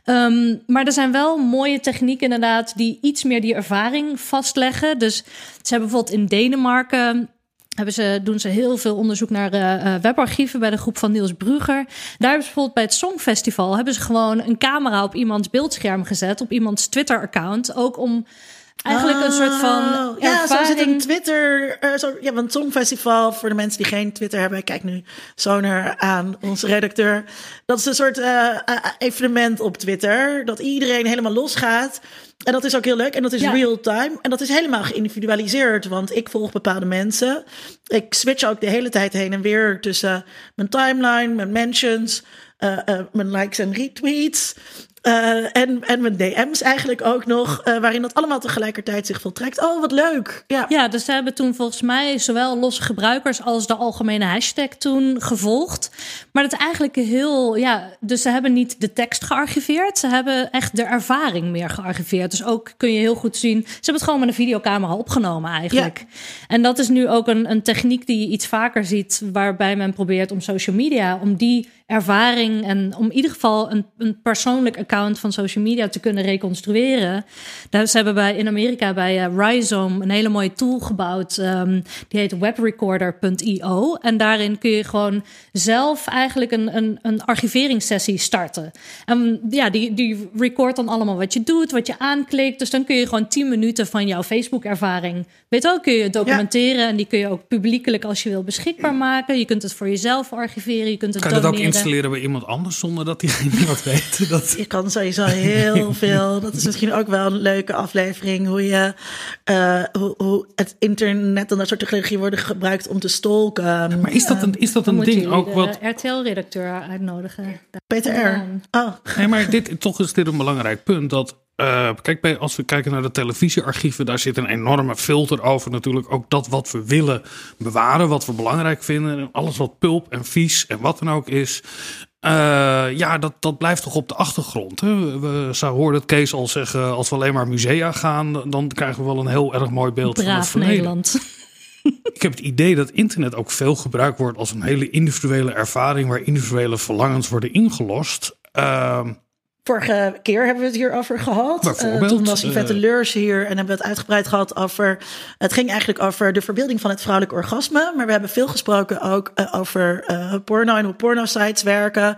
Um, maar er zijn wel mooie technieken inderdaad die iets meer die ervaring vastleggen. Dus ze hebben bijvoorbeeld in Denemarken... Hebben ze, doen ze heel veel onderzoek naar uh, webarchieven bij de groep van Niels Brugger. Daar hebben ze bijvoorbeeld bij het Songfestival... hebben ze gewoon een camera op iemands beeldscherm gezet... op iemands Twitter-account. Ook om eigenlijk oh, een soort van ervaring... Ja, zo zit een Twitter... Uh, zo, ja, want het Songfestival, voor de mensen die geen Twitter hebben... ik kijk nu Soner aan, onze redacteur. Dat is een soort uh, uh, evenement op Twitter. Dat iedereen helemaal losgaat... En dat is ook heel leuk. En dat is ja. real time. En dat is helemaal geïndividualiseerd. Want ik volg bepaalde mensen. Ik switch ook de hele tijd heen en weer tussen mijn timeline, mijn mentions, uh, uh, mijn likes en retweets. Uh, en, en mijn D M's eigenlijk ook nog, uh, waarin dat allemaal tegelijkertijd zich voltrekt. Oh, wat leuk. Ja, ja, dus ze hebben toen volgens mij zowel losse gebruikers als de algemene hashtag toen gevolgd. Maar dat eigenlijk heel, ja, dus ze hebben niet de tekst gearchiveerd. Ze hebben echt de ervaring meer gearchiveerd. Dus ook kun je heel goed zien, ze hebben het gewoon met een videocamera opgenomen eigenlijk. Ja. En dat is nu ook een, een techniek die je iets vaker ziet, waarbij men probeert om social media, om die ervaring en om in ieder geval een, een persoonlijk account van social media te kunnen reconstrueren. Dus ze hebben bij, in Amerika bij uh, Rhizome een hele mooie tool gebouwd. Um, die heet webrecorder punt io. En daarin kun je gewoon zelf eigenlijk een, een, een archiveringssessie starten. En ja, die, die record dan allemaal wat je doet, wat je aanklikt. Dus dan kun je gewoon tien minuten van jouw Facebook-ervaring, weet ook, kun je documenteren. Ja. En die kun je ook publiekelijk als je wil beschikbaar maken. Je kunt het voor jezelf archiveren. Je kunt het kan doneren. Het ook installeren bij iemand anders zonder dat diegene wat weet? Dat... Je kan sowieso heel veel. Dat is misschien ook wel een leuke aflevering. Hoe je uh, hoe, hoe het internet en dat soort technologie worden gebruikt om te stalken. Maar is dat een, is dat een ding ook de wat... R T L-redacteur uitnodigen. Peter R. Oh. Nee, maar dit, toch is dit een belangrijk punt. Dat, uh, kijk, bij, als we kijken naar de televisiearchieven, daar zit een enorme filter over natuurlijk. Ook dat wat we willen bewaren, wat we belangrijk vinden. En alles wat pulp en vies en wat dan ook is. Uh, ja, dat, dat blijft toch op de achtergrond. Hè? We zo hoorden het Kees al zeggen, als we alleen maar musea gaan, dan krijgen we wel een heel erg mooi beeld Braaf van het verleden. Nederland. Ik heb het idee dat internet ook veel gebruikt wordt als een hele individuele ervaring waar individuele verlangens worden ingelost. Uh, Vorige keer hebben we het hier over gehad. Uh, toen was Yvette uh, Leurs hier en hebben we het uitgebreid gehad over... Het ging eigenlijk over de verbeelding van het vrouwelijk orgasme. Maar we hebben veel gesproken ook uh, over uh, porno en hoe porno-sites werken.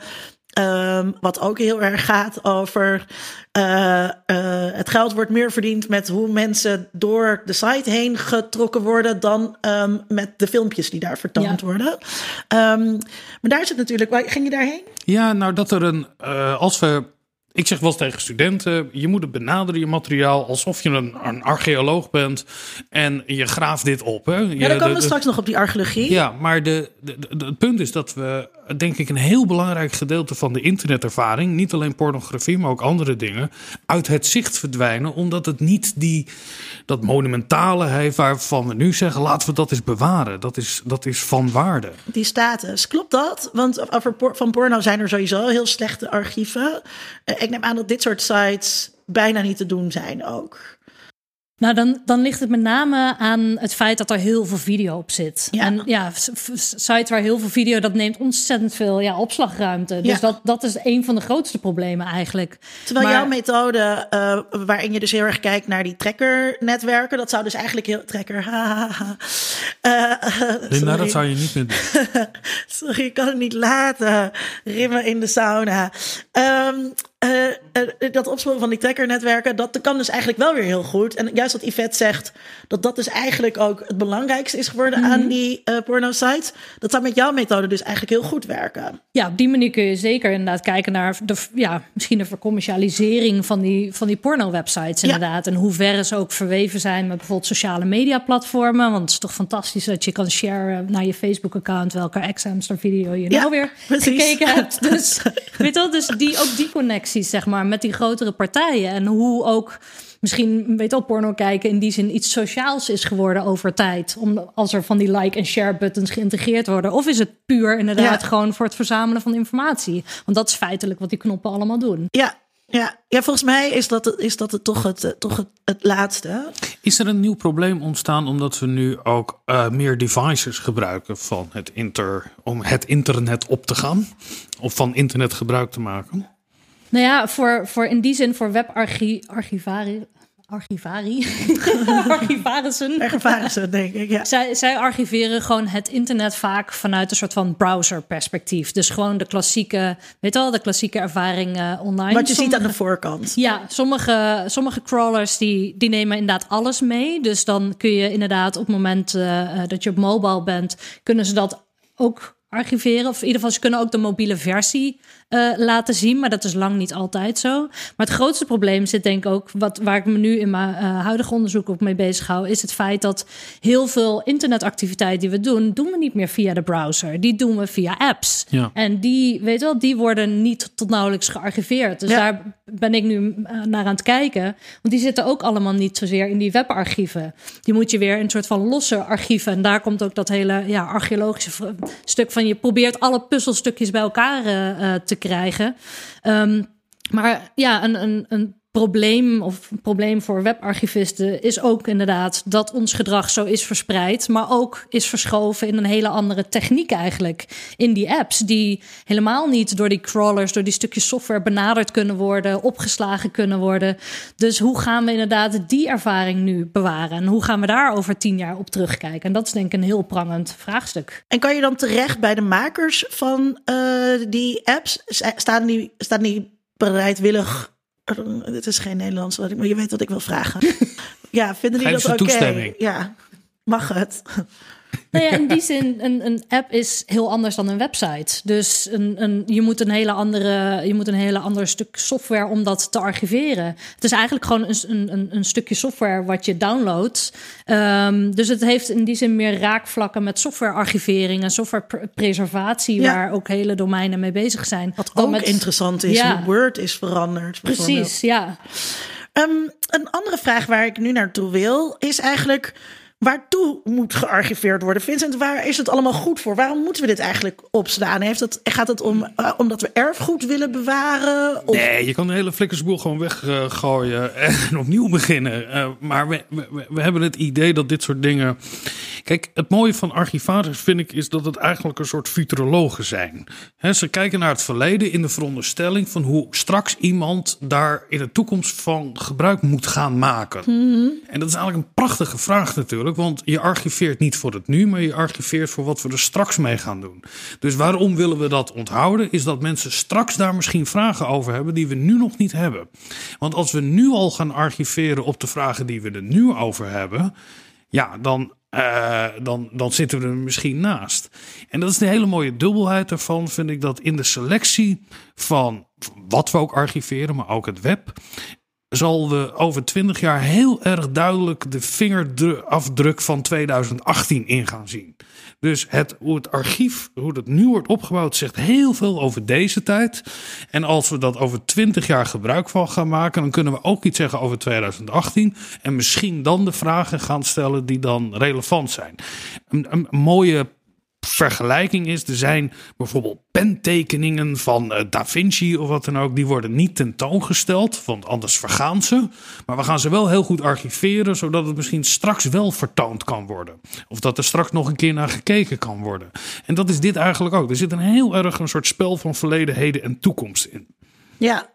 Um, wat ook heel erg gaat over... Uh, uh, het geld wordt meer verdiend met hoe mensen door de site heen getrokken worden... dan um, met de filmpjes die daar vertoond ja. worden. Um, maar daar is het natuurlijk... Ging je daarheen? Ja, nou dat er een... Uh, als we... Ik zeg wel eens tegen studenten, je moet het benaderen, je materiaal, alsof je een, een archeoloog bent en je graaft dit op. Hè. Je, ja, dan komen we de, straks nog op die archeologie. Ja, maar de, de, de, het punt is dat we, denk ik, een heel belangrijk gedeelte van de internetervaring, niet alleen pornografie, maar ook andere dingen, uit het zicht verdwijnen, omdat het niet die, dat monumentale heeft waarvan we nu zeggen, laten we dat eens bewaren. Dat is, dat is van waarde. Die status, klopt dat? Want over, van porno zijn er sowieso heel slechte archieven. Ik neem aan dat dit soort sites bijna niet te doen zijn ook. Nou, dan, dan ligt het met name aan het feit dat er heel veel video op zit. Ja. En ja, sites waar heel veel video, dat neemt ontzettend veel ja, opslagruimte. Dus ja. dat, dat is een van de grootste problemen eigenlijk. Terwijl maar, jouw methode, uh, waarin je dus heel erg kijkt naar die tracker-netwerken, dat zou dus eigenlijk heel... Tracker, hahaha. Uh, Linda, dat zou je niet meer doen. Sorry, ik kan het niet laten. Rimmen in de sauna. Um, Uh, uh, dat opsporen van die trackernetwerken, dat kan dus eigenlijk wel weer heel goed. En juist wat Yvette zegt, dat dat dus eigenlijk ook het belangrijkste is geworden mm-hmm. aan die uh, porno-sites. Dat zou met jouw methode dus eigenlijk heel goed werken. Ja, op die manier kun je zeker inderdaad kijken naar de, ja, misschien de vercommercialisering van die, van die porno-websites inderdaad. Ja. En hoe ver ze ook verweven zijn met bijvoorbeeld sociale media-platformen. Want het is toch fantastisch dat je kan sharen naar je Facebook-account welke ex-hamster-video je ja, nou weer precies. gekeken hebt. Dus, weet je, dus die, ook die connectie, zeg maar, met die grotere partijen. En hoe ook misschien, weet je wel, porno kijken in die zin iets sociaals is geworden over tijd. Om, als er van die like- en share-buttons geïntegreerd worden. Of is het puur inderdaad ja. gewoon voor het verzamelen van informatie? Want dat is feitelijk wat die knoppen allemaal doen. Ja. Ja, ja, volgens mij is dat, het, is dat het toch, het, toch het, het laatste. Is er een nieuw probleem ontstaan omdat we nu ook uh, meer devices gebruiken van het inter, om het internet op te gaan? Of van internet gebruik te maken? Nou ja, voor, voor in die zin voor webarchivari... Archivari. Archivarissen. Archivarissen, denk ik, ja. Zij, zij archiveren gewoon het internet vaak vanuit een soort van browserperspectief. Dus gewoon de klassieke, weet je wel, de klassieke ervaring uh, online. Wat je sommige, ziet aan de voorkant. Ja, sommige, sommige crawlers die, die nemen inderdaad alles mee. Dus dan kun je inderdaad op het moment uh, dat je op mobile bent, kunnen ze dat ook archiveren. Of in ieder geval, ze kunnen ook de mobiele versie uh, laten zien. Maar dat is lang niet altijd zo. Maar het grootste probleem zit denk ik ook, wat, waar ik me nu in mijn uh, huidige onderzoek ook mee bezig hou, is het feit dat heel veel internetactiviteit die we doen, doen we niet meer via de browser. Die doen we via apps. Ja. En die, weet je wel, die worden niet tot nauwelijks gearchiveerd. Dus ja. daar ben ik nu naar aan het kijken. Want die zitten ook allemaal niet zozeer in die webarchieven. Die moet je weer in een soort van losse archieven. En daar komt ook dat hele ja, archeologische stuk van je probeert alle puzzelstukjes bij elkaar uh, te krijgen. Um, maar ja, een, een, een probleem of een probleem voor webarchivisten is ook inderdaad dat ons gedrag zo is verspreid, maar ook is verschoven in een hele andere techniek eigenlijk. In die apps die helemaal niet door die crawlers, door die stukjes software benaderd kunnen worden, opgeslagen kunnen worden. Dus hoe gaan we inderdaad die ervaring nu bewaren? En hoe gaan we daar over tien jaar op terugkijken? En dat is denk ik een heel prangend vraagstuk. En kan je dan terecht bij de makers van uh, die apps? Staan die, staan die bereidwillig... Dit is geen Nederlands, maar je weet wat ik wil vragen. Ja, vinden die dat oké? Okay? Ja, mag het? Nou ja, in die zin, een, een app is heel anders dan een website. Dus een, een, je moet een hele andere, je moet een hele ander stuk software om dat te archiveren. Het is eigenlijk gewoon een, een, een stukje software wat je downloadt. Um, dus het heeft in die zin meer raakvlakken met softwarearchivering en softwarepreservatie, ja. waar ook hele domeinen mee bezig zijn. Wat ook met, interessant is, ja. hoe Word is veranderd. Precies, ja. Um, een andere vraag waar ik nu naartoe wil, is eigenlijk waartoe moet gearchiveerd worden? Vincent, waar is het allemaal goed voor? Waarom moeten we dit eigenlijk opslaan? Heeft het, gaat het om uh, omdat we erfgoed willen bewaren? Of? Nee, je kan de hele flikkersboel gewoon weggooien uh, en opnieuw beginnen. Uh, maar we, we, we hebben het idee dat dit soort dingen... Kijk, het mooie van archivaris vind ik is dat het eigenlijk een soort futurologen zijn. He, ze kijken naar het verleden in de veronderstelling van hoe straks iemand daar in de toekomst van gebruik moet gaan maken. Mm-hmm. En dat is eigenlijk een prachtige vraag natuurlijk, want je archiveert niet voor het nu, maar je archiveert voor wat we er straks mee gaan doen. Dus waarom willen we dat onthouden? Is dat mensen straks daar misschien vragen over hebben die we nu nog niet hebben. Want als we nu al gaan archiveren op de vragen die we er nu over hebben, ja, dan... Uh, dan, dan zitten we er misschien naast. En dat is de hele mooie dubbelheid daarvan, vind ik, dat in de selectie van wat we ook archiveren, maar ook het web, zal we over twintig jaar heel erg duidelijk de vingerafdruk van tweeduizend achttien in gaan zien. Dus het, hoe het archief, hoe dat nu wordt opgebouwd, zegt heel veel over deze tijd. En als we dat over twintig jaar gebruik van gaan maken, dan kunnen we ook iets zeggen over tweeduizend achttien. En misschien dan de vragen gaan stellen die dan relevant zijn. Een, een, een mooie vergelijking is, er zijn bijvoorbeeld pentekeningen van uh, Da Vinci of wat dan ook, die worden niet tentoongesteld, want anders vergaan ze. Maar we gaan ze wel heel goed archiveren, zodat het misschien straks wel vertoond kan worden. Of dat er straks nog een keer naar gekeken kan worden. En dat is dit eigenlijk ook. Er zit een heel erg een soort spel van verleden, heden en toekomst in. Ja,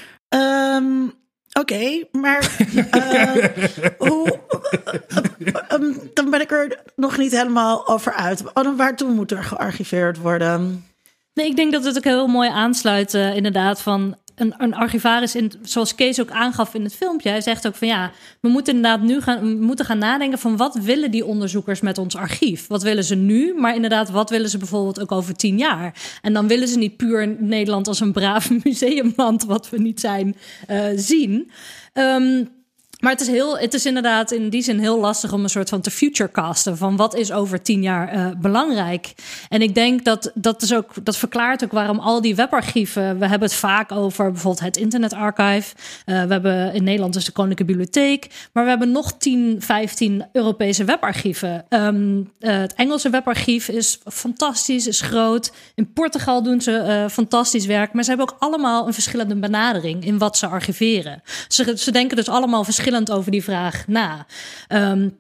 um... Oké, okay, maar uh, hoe, uh, um, dan ben ik er nog niet helemaal over uit. Waartoe moet er gearchiveerd worden? Nee, ik denk dat het ook heel mooi aansluit, uh, inderdaad, van een, een archivaris, in, zoals Kees ook aangaf in het filmpje. Hij zegt ook van ja, we moeten inderdaad nu gaan, we moeten gaan nadenken van wat willen die onderzoekers met ons archief? Wat willen ze nu? Maar inderdaad, wat willen ze bijvoorbeeld ook over tien jaar? En dan willen ze niet puur Nederland als een braaf museumland, wat we niet zijn, uh, zien. Um, Maar het is, heel, het is inderdaad in die zin heel lastig om een soort van te futurecasten van wat is over tien jaar uh, belangrijk. En ik denk dat dat is ook, dat verklaart ook waarom al die webarchieven, we hebben het vaak over bijvoorbeeld het Internet Archive. Uh, we hebben in Nederland dus de Koninklijke Bibliotheek, maar we hebben nog tien, vijftien Europese webarchieven. Um, uh, het Engelse webarchief is fantastisch, is groot. In Portugal doen ze uh, fantastisch werk, maar ze hebben ook allemaal een verschillende benadering in wat ze archiveren. Ze, ze denken dus allemaal verschillend over die vraag na. Um,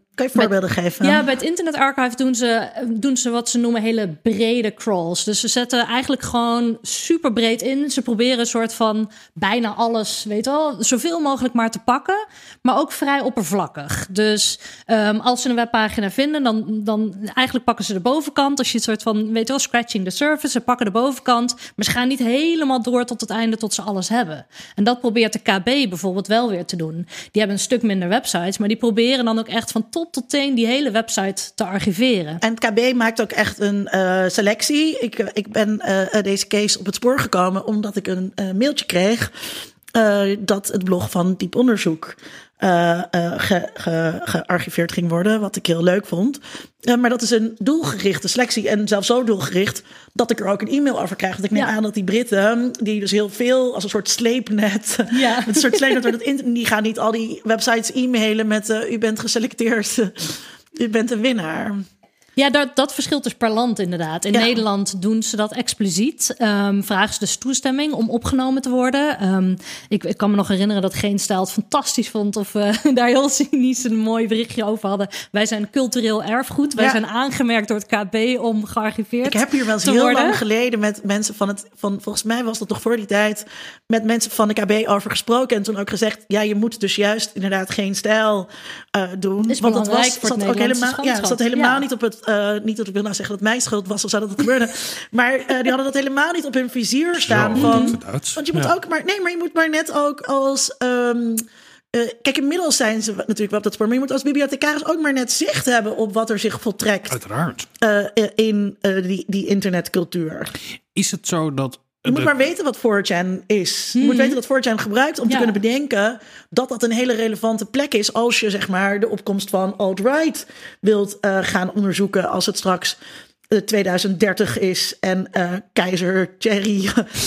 Kan je voorbeelden bij, geven? Ja, bij het Internet Archive doen ze, doen ze wat ze noemen hele brede crawls. Dus ze zetten eigenlijk gewoon super breed in. Ze proberen een soort van bijna alles, weet je wel, zoveel mogelijk maar te pakken. Maar ook vrij oppervlakkig. Dus um, als ze een webpagina vinden, dan, dan eigenlijk pakken ze de bovenkant. Als je het soort van, weet je wel, scratching the surface. Ze pakken de bovenkant, maar ze gaan niet helemaal door tot het einde, tot ze alles hebben. En dat probeert de K B bijvoorbeeld wel weer te doen. Die hebben een stuk minder websites, maar die proberen dan ook echt van top tot teen die hele website te archiveren. En het K B maakt ook echt een uh, selectie. Ik, ik ben uh, deze case op het spoor gekomen omdat ik een uh, mailtje kreeg uh, dat het blog van Diep Onderzoek Uh, uh, ge, ge, gearchiveerd ging worden, wat ik heel leuk vond. Uh, maar dat is een doelgerichte selectie en zelfs zo doelgericht dat ik er ook een e-mail over krijg. Want ik neem ja. aan dat die Britten, die dus heel veel als een soort sleepnet, ja. met een soort sleepnet door het internet, die gaan niet al die websites e-mailen met uh, u bent geselecteerd, uh, u bent een winnaar. Ja, dat, dat verschilt dus per land inderdaad. In ja. Nederland doen ze dat expliciet. Um, vragen ze dus toestemming om opgenomen te worden. Um, ik, ik kan me nog herinneren dat Geen Stijl het fantastisch vond of we uh, daar heel cynisch een mooi berichtje over hadden. Wij zijn cultureel erfgoed. Wij ja. zijn aangemerkt door het K B om gearchiveerd te worden. Ik heb hier wel eens heel worden. lang geleden met mensen van het, van volgens mij was dat nog voor die tijd, met mensen van de K B over gesproken en toen ook gezegd, ja, je moet dus juist inderdaad Geen Stijl uh, doen. Is want dat was voor zat ook helemaal, ja, zat helemaal ja. niet op het. Uh, niet dat ik wil nou zeggen dat mijn schuld was of zou dat het gebeurde. Maar uh, die hadden dat helemaal niet op hun vizier staan. Zo, van, want je moet ja. ook maar. Nee, maar je moet maar net ook als. Um, uh, kijk, inmiddels zijn ze natuurlijk wel op dat spoor. Maar je moet als bibliothecaris ook maar net zicht hebben op wat er zich voltrekt. Uiteraard. Uh, in uh, die, die internetcultuur. Is het zo dat. Je moet de... maar weten wat four chan is. Hmm. Je moet weten wat four chan gebruikt om ja. te kunnen bedenken dat dat een hele relevante plek is als je zeg maar de opkomst van alt-right wilt uh, gaan onderzoeken als het straks uh, tweeduizend dertig is en uh, keizer Thierry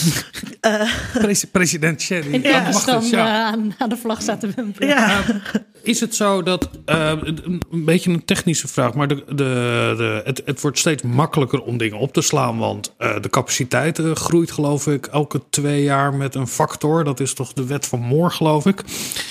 uh, Pres- president Thierry in Pakistan ja. uh, aan, aan de vlag staat te wimpelen. Ja. Is het zo dat, uh, een beetje een technische vraag, maar de, de, de, het, het wordt steeds makkelijker om dingen op te slaan, want uh, de capaciteit uh, groeit geloof ik elke twee jaar met een factor. Dat is toch de wet van Moore geloof ik.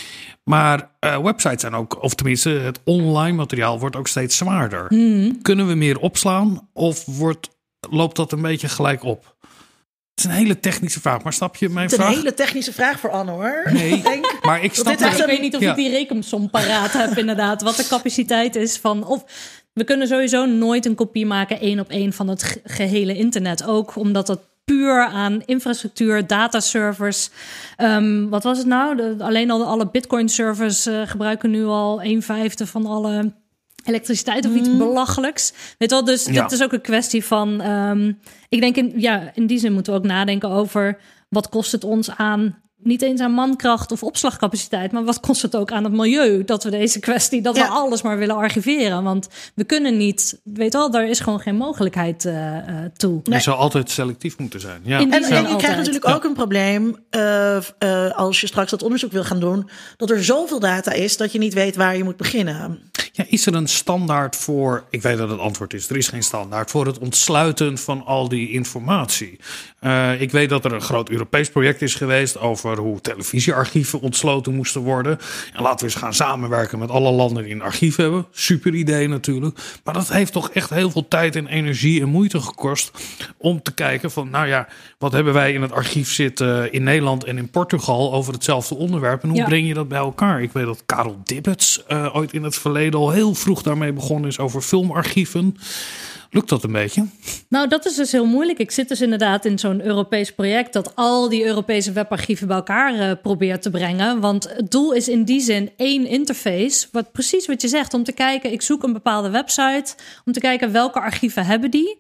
Maar uh, websites zijn ook, of tenminste het online materiaal wordt ook steeds zwaarder. Mm. Kunnen we meer opslaan of wordt, loopt dat een beetje gelijk op? Het is een hele technische vraag, maar snap je mijn vraag? Het is vraag? een hele technische vraag voor Anne, hoor. Nee, ik denk, maar ik snap... Maar ik weet niet of ja. ik die rekensom paraat heb inderdaad. Wat de capaciteit is van... Of, we kunnen sowieso nooit een kopie maken één op één van het gehele internet. Ook omdat dat puur aan infrastructuur, dataservers. Um, wat was het nou? De, alleen al alle Bitcoin-servers uh, gebruiken nu al een vijfde van alle elektriciteit of iets mm. belachelijks. Weet wel, dus ja. het is ook een kwestie van... Um, ik denk, in, ja, in die zin moeten we ook nadenken over... wat kost het ons aan... niet eens aan mankracht of opslagcapaciteit... maar wat kost het ook aan het milieu... dat we deze kwestie, dat ja. we alles maar willen archiveren. Want we kunnen niet... weet wel, daar is gewoon geen mogelijkheid uh, toe. Je nee. zou altijd selectief moeten zijn. Ja. En, en, en je krijgt natuurlijk ook een probleem... Uh, uh, als je straks dat onderzoek wil gaan doen... dat er zoveel data is dat je niet weet waar je moet beginnen. Ja, is er een standaard voor... ik weet dat het antwoord is, er is geen standaard... voor het ontsluiten van al die informatie. Uh, ik weet dat er een groot Europees project is geweest... over hoe televisiearchieven ontsloten moesten worden. En laten we eens gaan samenwerken met alle landen die een archief hebben. Super idee natuurlijk. Maar dat heeft toch echt heel veel tijd en energie en moeite gekost... om te kijken van, nou ja, wat hebben wij in het archief zitten... in Nederland en in Portugal over hetzelfde onderwerp... en hoe ja. breng je dat bij elkaar? Ik weet dat Karel Dibbets uh, ooit in het verleden... al heel vroeg daarmee begonnen is over filmarchieven. Lukt dat een beetje? Nou, dat is dus heel moeilijk. Ik zit dus inderdaad in zo'n Europees project... dat al die Europese webarchieven bij elkaar uh, probeert te brengen. Want het doel is in die zin één interface. Wat precies wat je zegt, om te kijken... ik zoek een bepaalde website... om te kijken welke archieven hebben die...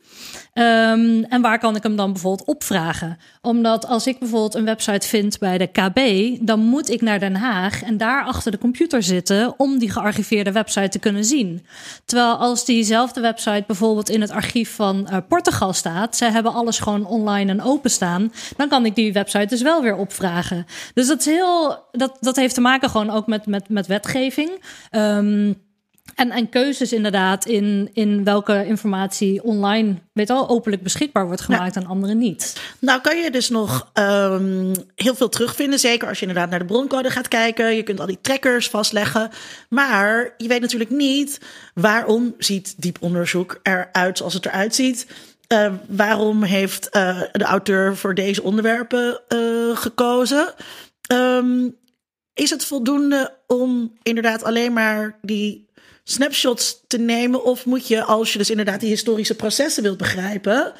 Um, en waar kan ik hem dan bijvoorbeeld opvragen? Omdat als ik bijvoorbeeld een website vind bij de K B... dan moet ik naar Den Haag en daar achter de computer zitten... om die gearchiveerde website te kunnen zien. Terwijl als diezelfde website bijvoorbeeld in het archief van uh, Portugal staat... zij hebben alles gewoon online en openstaan... dan kan ik die website dus wel weer opvragen. Dus dat is heel, dat, dat heeft te maken gewoon ook met, met, met wetgeving... Um, En, en keuzes inderdaad in, in welke informatie online, weet al, openlijk beschikbaar wordt gemaakt, ja, en andere niet. Nou kan je dus nog um, heel veel terugvinden. Zeker als je inderdaad naar de broncode gaat kijken. Je kunt al die trackers vastleggen. Maar je weet natuurlijk niet waarom ziet diep onderzoek eruit zoals het eruit ziet. Uh, waarom heeft uh, de auteur voor deze onderwerpen uh, gekozen? Um, is het voldoende om inderdaad alleen maar die snapshots te nemen? Of moet je, als je dus inderdaad die historische processen wilt begrijpen,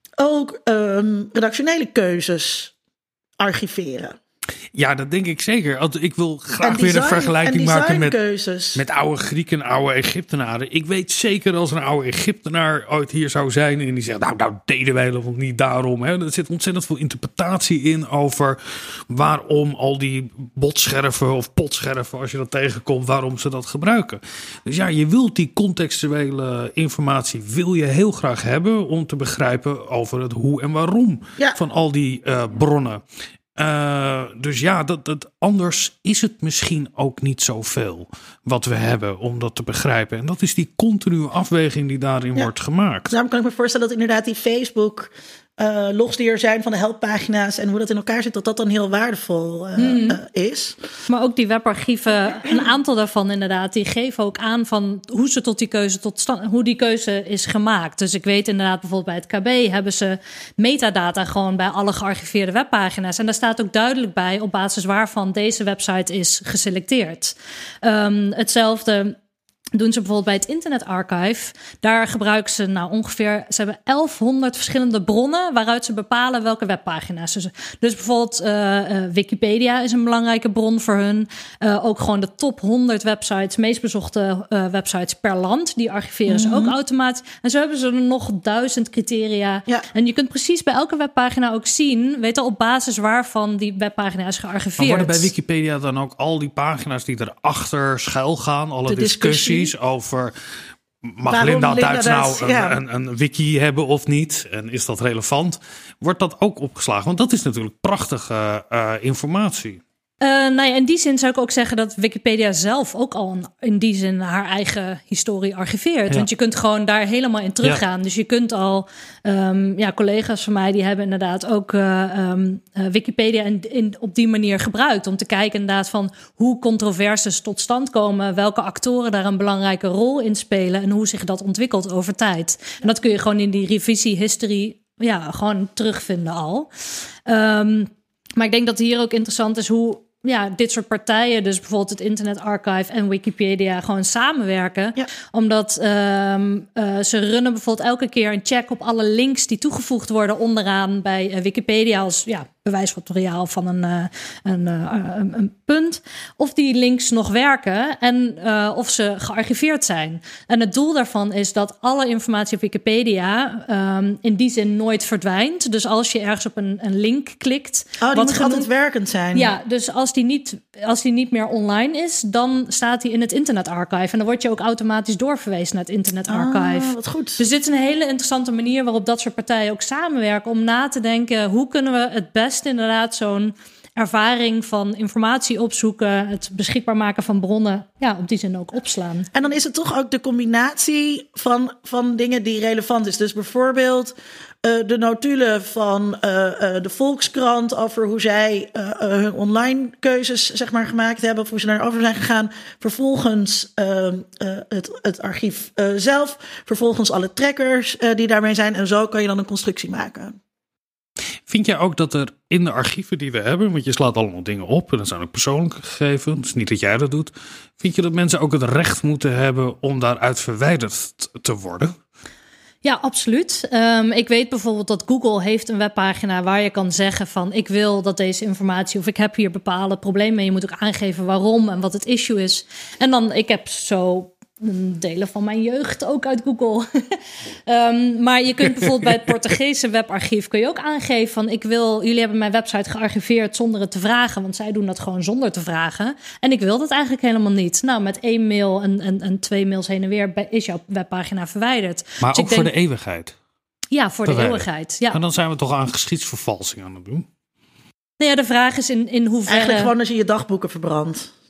ook um, redactionele keuzes archiveren? Ja, dat denk ik zeker. Ik wil graag design, weer een vergelijking maken met, met oude Grieken en oude Egyptenaren. Ik weet zeker als een oude Egyptenaar ooit hier zou zijn en die zegt, nou, nou deden wij dat niet daarom. Hè. Er zit ontzettend veel interpretatie in over waarom al die botscherven of potscherven, als je dat tegenkomt, waarom ze dat gebruiken. Dus ja, je wilt die contextuele informatie wil je heel graag hebben om te begrijpen over het hoe en waarom, ja, van al die uh, bronnen. Uh, dus ja, dat, dat, anders is het misschien ook niet zoveel wat we hebben om dat te begrijpen. En dat is die continue afweging die daarin ja. wordt gemaakt. Daarom kan ik me voorstellen dat inderdaad die Facebook uh, logs die er zijn van de helppagina's en hoe dat in elkaar zit, dat dat dan heel waardevol uh, hmm. uh, is. Maar ook die webarchieven, een aantal daarvan inderdaad, die geven ook aan van hoe ze tot die keuze tot stand, hoe die keuze is gemaakt. Dus ik weet inderdaad bijvoorbeeld bij het K B hebben ze metadata gewoon bij alle gearchiveerde webpagina's. En daar staat ook duidelijk bij op basis waarvan deze website is geselecteerd. Um, hetzelfde doen ze bijvoorbeeld bij het Internet Archive. Daar gebruiken ze nou ongeveer, ze hebben elfhonderd verschillende bronnen waaruit ze bepalen welke webpagina's. Dus, dus bijvoorbeeld uh, uh, Wikipedia is een belangrijke bron voor hun. Uh, ook gewoon de top honderd websites, meest bezochte uh, websites per land. Die archiveren mm-hmm. ze ook automatisch. En zo hebben ze er nog duizend criteria. Ja. En je kunt precies bij elke webpagina ook zien, weet je, op basis waarvan die webpagina is gearchiveerd. Maar worden bij Wikipedia dan ook al die pagina's die erachter schuil gaan, alle de discussies over mag Waarom Linda Duits nou een, ja. een, een, een wiki hebben of niet? En is dat relevant? Wordt dat ook opgeslagen? Want dat is natuurlijk prachtige uh, informatie. Uh, nou ja, in die zin zou ik ook zeggen dat Wikipedia zelf ook al een, in die zin haar eigen historie archiveert. Ja. Want je kunt gewoon daar helemaal in teruggaan. Ja. Dus je kunt al, um, ja, collega's van mij die hebben inderdaad ook uh, um, uh, Wikipedia in, in, op die manier gebruikt. Om te kijken inderdaad van hoe controverses tot stand komen. Welke actoren daar een belangrijke rol in spelen. En hoe zich dat ontwikkelt over tijd. En dat kun je gewoon in die revisie history ja, gewoon terugvinden al. Um, maar ik denk dat hier ook interessant is hoe ja, dit soort partijen, dus bijvoorbeeld het Internet Archive en Wikipedia, gewoon samenwerken. Ja. Omdat um, uh, ze runnen bijvoorbeeld elke keer een check op alle links die toegevoegd worden onderaan bij uh, Wikipedia als ja, bewijsmateriaal van een, uh, een, uh, een, een punt. Of die links nog werken en uh, of ze gearchiveerd zijn. En het doel daarvan is dat alle informatie op Wikipedia um, in die zin nooit verdwijnt. Dus als je ergens op een, een link klikt. Oh, die wat moet genoemd, altijd werkend zijn. Ja, dus als die, niet, als die niet meer online is, dan staat die in het Internet Archive. En dan word je ook automatisch doorverwezen naar het Internet Archive. Ah, wat goed. Dus dit is een hele interessante manier waarop dat soort partijen ook samenwerken om na te denken, hoe kunnen we het best inderdaad zo'n ervaring van informatie opzoeken, het beschikbaar maken van bronnen, ja, op die zin ook opslaan. En dan is het toch ook de combinatie van, van dingen die relevant is. Dus bijvoorbeeld uh, de notulen van uh, uh, de Volkskrant over hoe zij uh, uh, hun online keuzes zeg maar gemaakt hebben, of hoe ze daarover zijn gegaan. Vervolgens uh, uh, het, het archief uh, zelf, vervolgens alle trackers uh, die daarmee zijn. En zo kan je dan een constructie maken. Vind jij ook dat er in de archieven die we hebben, want je slaat allemaal dingen op en dat zijn ook persoonlijke gegevens, niet dat jij dat doet. Vind je dat mensen ook het recht moeten hebben om daaruit verwijderd te worden? Ja, absoluut. Um, ik weet bijvoorbeeld dat Google heeft een webpagina waar je kan zeggen van ik wil dat deze informatie of ik heb hier bepaalde problemen mee. Je moet ook aangeven waarom en wat het issue is. En dan, ik heb zo delen van mijn jeugd ook uit Google. um, maar je kunt bijvoorbeeld bij het Portugese webarchief kun je ook aangeven van ik wil, jullie hebben mijn website gearchiveerd zonder het te vragen, want zij doen dat gewoon zonder te vragen. En ik wil dat eigenlijk helemaal niet. Nou, met één mail en, en, en twee mails heen en weer is jouw webpagina verwijderd. Maar dus ook voor denk, de eeuwigheid? Ja, voor de eeuwigheid. Ja. En dan zijn we toch aan geschiedsvervalsing aan het doen? Nou ja, de vraag is in, in hoeverre... Eigenlijk gewoon als je je dagboeken verbrandt.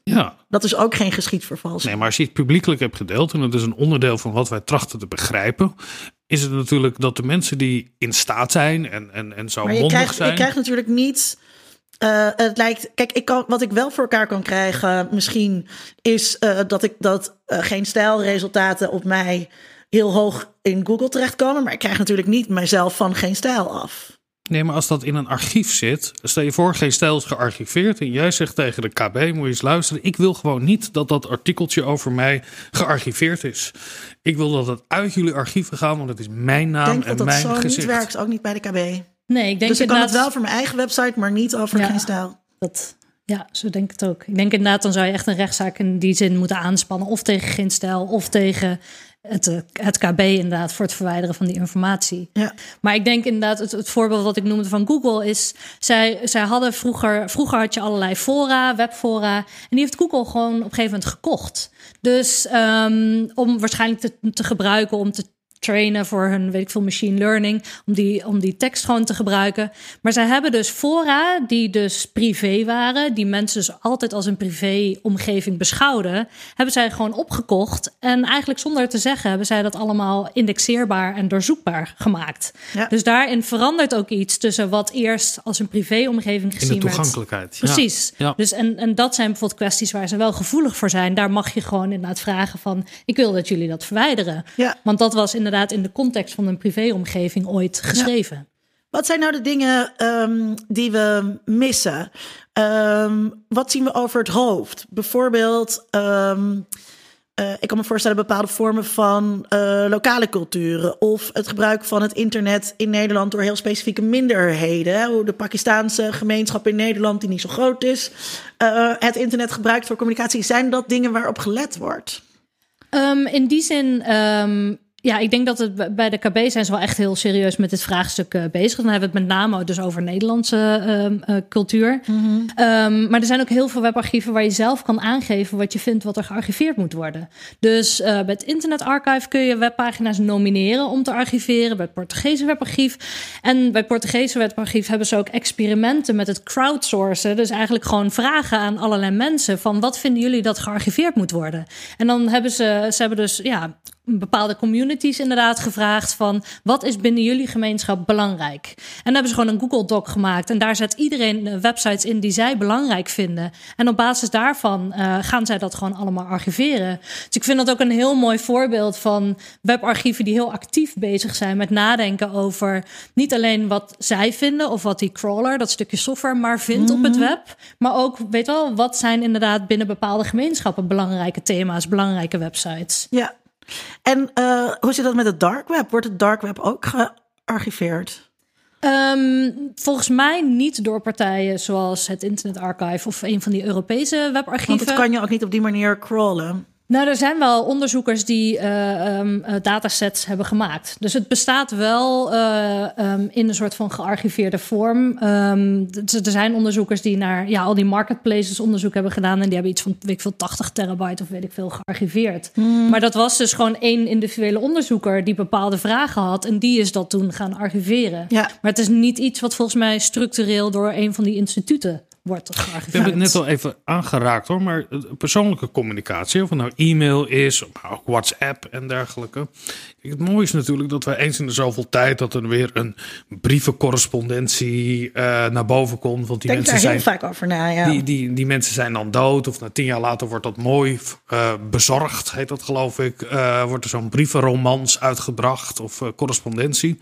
Ja. Dat is ook geen geschiedvervalsing. Nee, maar als je het publiekelijk hebt gedeeld, en dat is een onderdeel van wat wij trachten te begrijpen, is het natuurlijk dat de mensen die in staat zijn en, en, en zo maar je mondig krijgt, zijn. je krijgt natuurlijk niet. Uh, het lijkt. Kijk, ik kan, wat ik wel voor elkaar kan krijgen, misschien, is uh, dat ik dat uh, geen stijlresultaten op mij heel hoog in Google terechtkomen. Maar ik krijg natuurlijk niet mijzelf van geen stijl af. Nee, maar als dat in een archief zit, stel je voor, geen stijl is gearchiveerd en jij zegt tegen de K B, moet je eens luisteren, ik wil gewoon niet dat dat artikeltje over mij gearchiveerd is. Ik wil dat het uit jullie archieven gaat, want het is mijn naam ik denk en dat mijn dat zo gezicht. niet werkt, ook niet bij de K B. Nee, ik denk dus ik kan inderdaad... het wel voor mijn eigen website, maar niet over Ja, geen stijl. Dat, ja, zo denk ik het ook. Ik denk inderdaad, dan zou je echt een rechtszaak in die zin moeten aanspannen, of tegen geen stijl, of tegen Het, het K B inderdaad voor het verwijderen van die informatie. Ja. Maar ik denk inderdaad, het, het voorbeeld wat ik noemde van Google is, zij, zij hadden vroeger, vroeger had je allerlei fora, webfora, en die heeft Google gewoon op een gegeven moment gekocht. Dus um, om waarschijnlijk te, te gebruiken om te trainen voor hun, weet ik veel, machine learning, om die, om die tekst gewoon te gebruiken. Maar zij hebben dus fora die dus privé waren, die mensen dus altijd als een privé-omgeving beschouwden, hebben zij gewoon opgekocht. En eigenlijk zonder te zeggen hebben zij dat allemaal indexeerbaar en doorzoekbaar gemaakt. Ja. Dus daarin verandert ook iets tussen wat eerst als een privé-omgeving gezien werd. In de toegankelijkheid. Werd. Precies. Ja. Dus en, en dat zijn bijvoorbeeld kwesties waar ze wel gevoelig voor zijn. Daar mag je gewoon inderdaad vragen van, ik wil dat jullie dat verwijderen. Ja. Want dat was inderdaad in de context van een privéomgeving ooit geschreven. Ja. Wat zijn nou de dingen um, die we missen? Um, wat zien we over het hoofd? Bijvoorbeeld, um, uh, ik kan me voorstellen bepaalde vormen van uh, lokale culturen, of het gebruik van het internet in Nederland door heel specifieke minderheden. Hoe de Pakistaanse gemeenschap in Nederland, die niet zo groot is, uh, het internet gebruikt voor communicatie. Zijn dat dingen waarop gelet wordt? Um, in die zin... Um Ja, ik denk dat het bij de K B zijn ze wel echt heel serieus met dit vraagstuk uh, bezig. Dan hebben we het met name dus over Nederlandse uh, uh, cultuur. Mm-hmm. Um, maar er zijn ook heel veel webarchieven waar je zelf kan aangeven wat je vindt wat er gearchiveerd moet worden. Dus uh, bij het Internet Archive kun je webpagina's nomineren om te archiveren. Bij het Portugese webarchief. En bij het Portugese webarchief hebben ze ook experimenten met het crowdsourcen. Dus eigenlijk gewoon vragen aan allerlei mensen van wat vinden jullie dat gearchiveerd moet worden? En dan hebben ze, ze hebben dus ja, bepaalde communities inderdaad gevraagd van wat is binnen jullie gemeenschap belangrijk? En dan hebben ze gewoon een Google Doc gemaakt en daar zet iedereen websites in die zij belangrijk vinden. En op basis daarvan uh, gaan zij dat gewoon allemaal archiveren. Dus ik vind dat ook een heel mooi voorbeeld van webarchieven die heel actief bezig zijn met nadenken over niet alleen wat zij vinden of wat die crawler, dat stukje software, maar vindt mm-hmm. op het web. Maar ook, weet wel, wat zijn inderdaad binnen bepaalde gemeenschappen belangrijke thema's, belangrijke websites. Ja. En uh, hoe zit dat met het dark web? Wordt het dark web ook gearchiveerd? Um, volgens mij niet door partijen zoals het Internet Archive of een van die Europese webarchieven. Want het kan je ook niet op die manier crawlen. Nou, er zijn wel onderzoekers die uh, um, uh, datasets hebben gemaakt. Dus het bestaat wel uh, um, in een soort van gearchiveerde vorm. Um, d- er zijn onderzoekers die naar ja, al die marketplaces onderzoek hebben gedaan. En die hebben iets van, weet ik veel, tachtig terabyte of weet ik veel gearchiveerd. Mm. Maar dat was dus gewoon één individuele onderzoeker die bepaalde vragen had. En die is dat toen gaan archiveren. Ja. Maar het is niet iets wat volgens mij structureel door een van die instituten wordt gearchiveerd. We hebben het net al even aangeraakt hoor, maar persoonlijke communicatie, of het nou e-mail is, of ook WhatsApp en dergelijke. Kijk, het mooie is natuurlijk dat we eens in de zoveel tijd dat er weer een brievencorrespondentie uh, naar boven komt. Want die Denk mensen daar heel zijn vaak over na, ja. Die, die, die mensen zijn dan dood, of na tien jaar later wordt dat mooi uh, bezorgd, heet dat geloof ik. Uh, wordt er zo'n brievenromans uitgebracht of uh, correspondentie.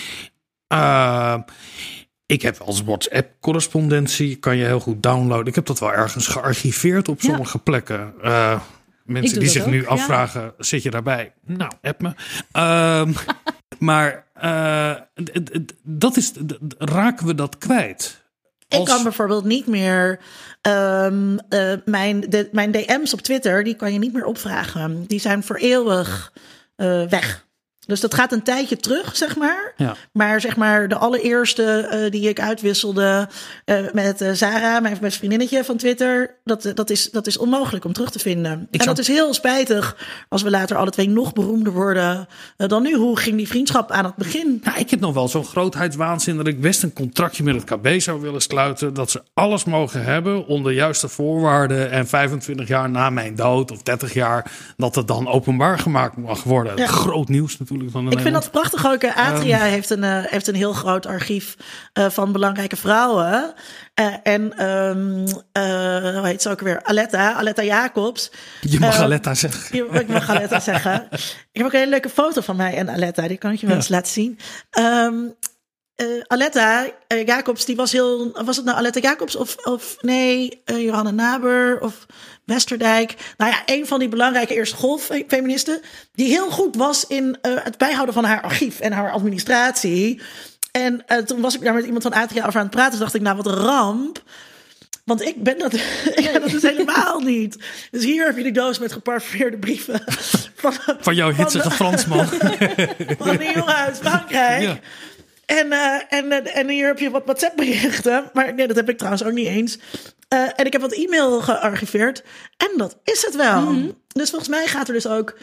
Uh, Ik heb als WhatsApp-correspondentie, kan je heel goed downloaden. Ik heb dat wel ergens gearchiveerd op sommige ja. plekken. Uh, mensen die zich ook, nu afvragen, ja. Zit je daarbij? Nou, app me. Um, maar uh, d- d- dat is, d- d- raken we dat kwijt? Als... Ik kan bijvoorbeeld niet meer um, uh, mijn, de, mijn D M's op Twitter, die kan je niet meer opvragen. Die zijn voor eeuwig uh, weg. Dus dat gaat een tijdje terug, zeg maar. Ja. Maar zeg maar de allereerste uh, die ik uitwisselde uh, met uh, Sarah, mijn beste vriendinnetje van Twitter, dat, uh, dat, is, dat is onmogelijk om terug te vinden. Ik en zou... dat is heel spijtig als we later alle twee nog beroemder worden uh, dan nu. Hoe ging die vriendschap aan het begin? Nou, ik heb nog wel zo'n grootheidswaanzin dat ik best een contractje met het K B zou willen sluiten. Dat ze alles mogen hebben onder juiste voorwaarden. En vijfentwintig jaar na mijn dood of dertig jaar, dat het dan openbaar gemaakt mag worden. Ja. Groot nieuws natuurlijk. Van ik vind dat prachtig ook. Atria um, heeft, een, uh, heeft een heel groot archief uh, van belangrijke vrouwen. Uh, en um, uh, hoe heet ze ook weer? Aletta, Aletta Jacobs. Je mag uh, Aletta zeggen. Je, ik mag Aletta zeggen. Ik heb ook een hele leuke foto van mij en Aletta. Die kan ik je wel ja. eens laten zien. Um, uh, Aletta uh, Jacobs, die was heel... Was het nou Aletta Jacobs of, of nee, uh, Johanna Naber of... Westerdijk. Nou ja, een van die belangrijke eerste golffeministen, die heel goed was in uh, het bijhouden van haar archief en haar administratie. En uh, toen was ik daar met iemand van Atria over aan het praten. Dus dacht ik, nou wat een ramp. Want ik ben dat, ik ben dat dus helemaal niet. Dus hier heb je die doos met geparfumeerde brieven. Van, van jouw hitsige Fransman. Van een jongen uit Frankrijk. Ja. En, uh, en, uh, en hier heb je wat WhatsApp-berichten. Maar nee, dat heb ik trouwens ook niet eens. Uh, en ik heb wat e-mail gearchiveerd. En dat is het wel. Mm-hmm. Dus volgens mij gaat er dus ook...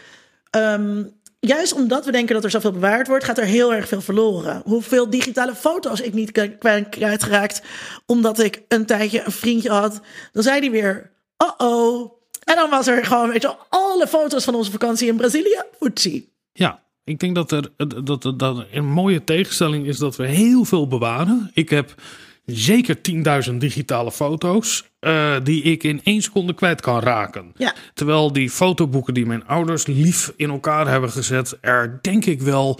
Um, juist omdat we denken dat er zoveel bewaard wordt, gaat er heel erg veel verloren. Hoeveel digitale foto's ik niet kwijtgeraakt, omdat ik een tijdje een vriendje had. Dan zei hij weer, oh-oh. En dan was er gewoon, weet je, alle foto's van onze vakantie in Brazilië. Foetsie. Ja. Ik denk dat er dat, dat, dat een mooie tegenstelling is dat we heel veel bewaren. Ik heb zeker tienduizend digitale foto's uh, die ik in één seconde kwijt kan raken. Ja. Terwijl die fotoboeken die mijn ouders lief in elkaar hebben gezet, er denk ik wel...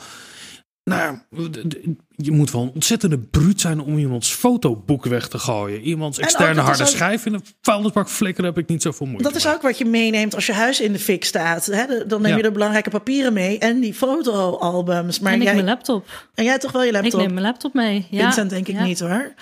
Nou, je moet wel een ontzettende bruut zijn om iemands fotoboek weg te gooien. Iemands externe harde ook, schijf in een vuilnisbak flikkeren heb ik niet zoveel moeite Dat is mee. Ook wat je meeneemt als je huis in de fik staat. Hè? Dan neem ja. je de belangrijke papieren mee en die fotoalbums. Maar en ik jij, mijn laptop. En jij toch wel je laptop? Ik neem mijn laptop mee. Ja. Vincent denk ik ja. niet hoor.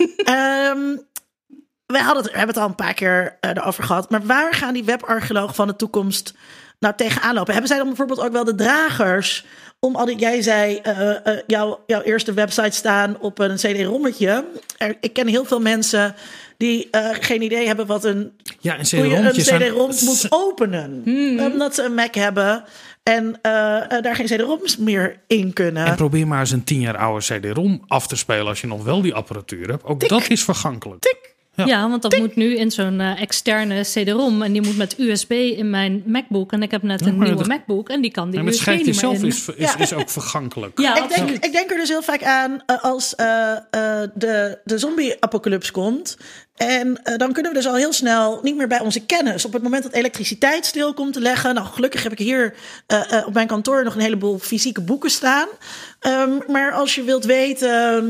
um, we, hadden het, we hebben het al een paar keer uh, erover gehad. Maar waar gaan die webarcheologen van de toekomst nou tegenaan lopen? Hebben zij dan bijvoorbeeld ook wel de dragers om al die, jij zei, uh, uh, jouw, jouw eerste website staan op een C D-rommetje. Er, ik ken heel veel mensen die uh, geen idee hebben wat een, ja, een hoe je een C D-rom zijn... moet openen. Hmm. Omdat ze een Mac hebben en uh, uh, daar geen C D-roms meer in kunnen. En probeer maar eens een tien jaar oude C D-rom af te spelen als je nog wel die apparatuur hebt. Ook Tik. Dat is vergankelijk. Tik. Ja. ja, want dat Tik. moet nu in zo'n uh, externe C D-rom. En die moet met U S B in mijn MacBook. En ik heb net een ja, nieuwe dat... MacBook. En die kan die U S B niet meer zelf in. Is, is, ja. is ook vergankelijk. Ja, ik, denk, ik denk er dus heel vaak aan uh, als uh, uh, de, de zombie-apocalypse komt. En uh, dan kunnen we dus al heel snel niet meer bij onze kennis. Op het moment dat elektriciteit stil komt te leggen. Nou, gelukkig heb ik hier uh, uh, op mijn kantoor nog een heleboel fysieke boeken staan. Um, maar als je wilt weten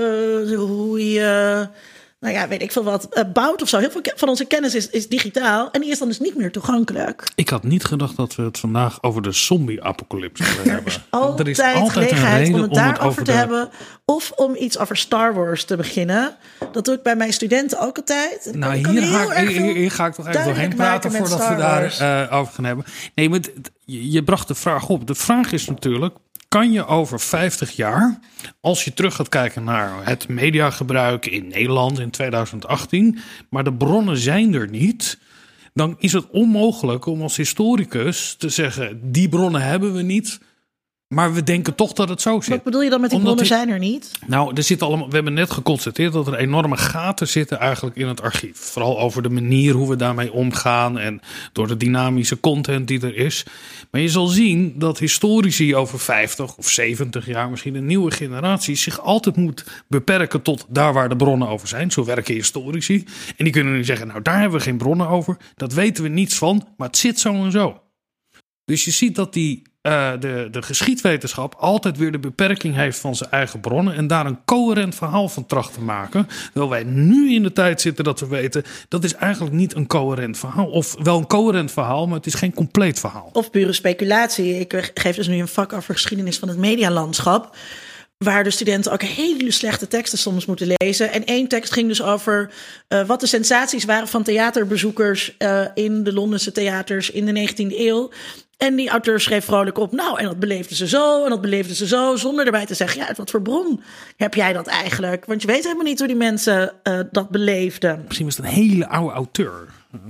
uh, hoe je... Uh, nou ja, weet ik veel wat, uh, bouwt of zo. Heel veel van onze kennis is, is digitaal. En die is dan dus niet meer toegankelijk. Ik had niet gedacht dat we het vandaag over de zombie-apocalypse zullen hebben. Altijd er is altijd gelegenheid een reden om het daarover te de... hebben. Of om iets over Star Wars te beginnen. Dat doe ik bij mijn studenten ook altijd. Nou, hier ga, ik, hier, hier ga ik toch even doorheen praten voordat Star we daar uh, over gaan hebben. Nee, maar je, je bracht de vraag op. De vraag is natuurlijk, kan je over vijftig jaar, als je terug gaat kijken naar het mediagebruik in Nederland in tweeduizend achttien, maar de bronnen zijn er niet, dan is het onmogelijk om als historicus te zeggen, die bronnen hebben we niet, maar we denken toch dat het zo zit. Wat bedoel je dan met die Omdat bronnen die, zijn er niet? Nou, er zitten allemaal, we hebben net geconstateerd dat er enorme gaten zitten eigenlijk in het archief. Vooral over de manier hoe we daarmee omgaan en door de dynamische content die er is. Maar je zal zien dat historici over vijftig of zeventig jaar, misschien een nieuwe generatie, zich altijd moet beperken tot daar waar de bronnen over zijn. Zo werken historici. En die kunnen nu zeggen, nou daar hebben we geen bronnen over. Dat weten we niets van, maar het zit zo en zo. Dus je ziet dat die Uh, de, de geschiedwetenschap altijd weer de beperking heeft van zijn eigen bronnen en daar een coherent verhaal van tracht te maken. Terwijl wij nu in de tijd zitten dat we weten, dat is eigenlijk niet een coherent verhaal. Of wel een coherent verhaal, maar het is geen compleet verhaal. Of pure speculatie. Ik geef dus nu een vak over geschiedenis van het medialandschap, waar de studenten ook hele slechte teksten soms moeten lezen. En één tekst ging dus over uh, wat de sensaties waren van theaterbezoekers uh, in de Londense theaters in de negentiende eeuw. En die auteur schreef vrolijk op, nou, en dat beleefde ze zo, en dat beleefde ze zo, zonder erbij te zeggen, ja, uit wat voor bron heb jij dat eigenlijk? Want je weet helemaal niet hoe die mensen uh, dat beleefden. Misschien was het een hele oude auteur.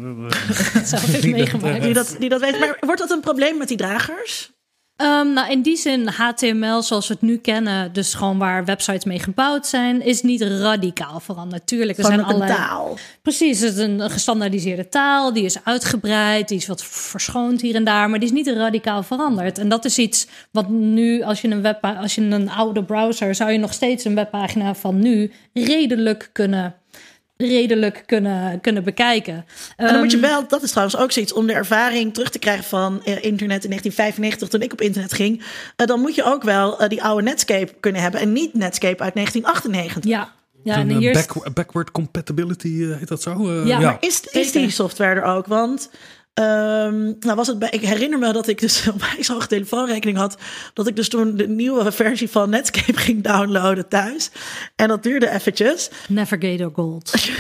Dat zou ik meegemaakt. Die dat, die dat weet. Maar wordt dat een probleem met die dragers? Um, nou, in die zin, H T M L zoals we het nu kennen, dus gewoon waar websites mee gebouwd zijn, is niet radicaal veranderd. Tuurlijk, er Gewoon zijn allerlei... een taal. Precies, het is een gestandaardiseerde taal, die is uitgebreid, die is wat verschoond hier en daar, maar die is niet radicaal veranderd. En dat is iets wat nu, als je een webpa- als je een oude browser, zou je nog steeds een webpagina van nu redelijk kunnen... redelijk kunnen, kunnen bekijken. En dan moet je wel, dat is trouwens ook zoiets om de ervaring terug te krijgen van uh, internet in negentien vijfennegentig, toen ik op internet ging. Uh, dan moet je ook wel uh, die oude Netscape kunnen hebben en niet Netscape uit negentien achtennegentig. Ja. Ja, en en hier is... back, backward compatibility, uh, heet dat zo? Uh, ja, ja, maar is, is die software er ook? Want um, nou was het bij, ik herinner me dat ik dus op mijn hoge telefoonrekening had, dat ik dus toen de nieuwe versie van Netscape ging downloaden thuis. En dat duurde eventjes. Navigator Gold.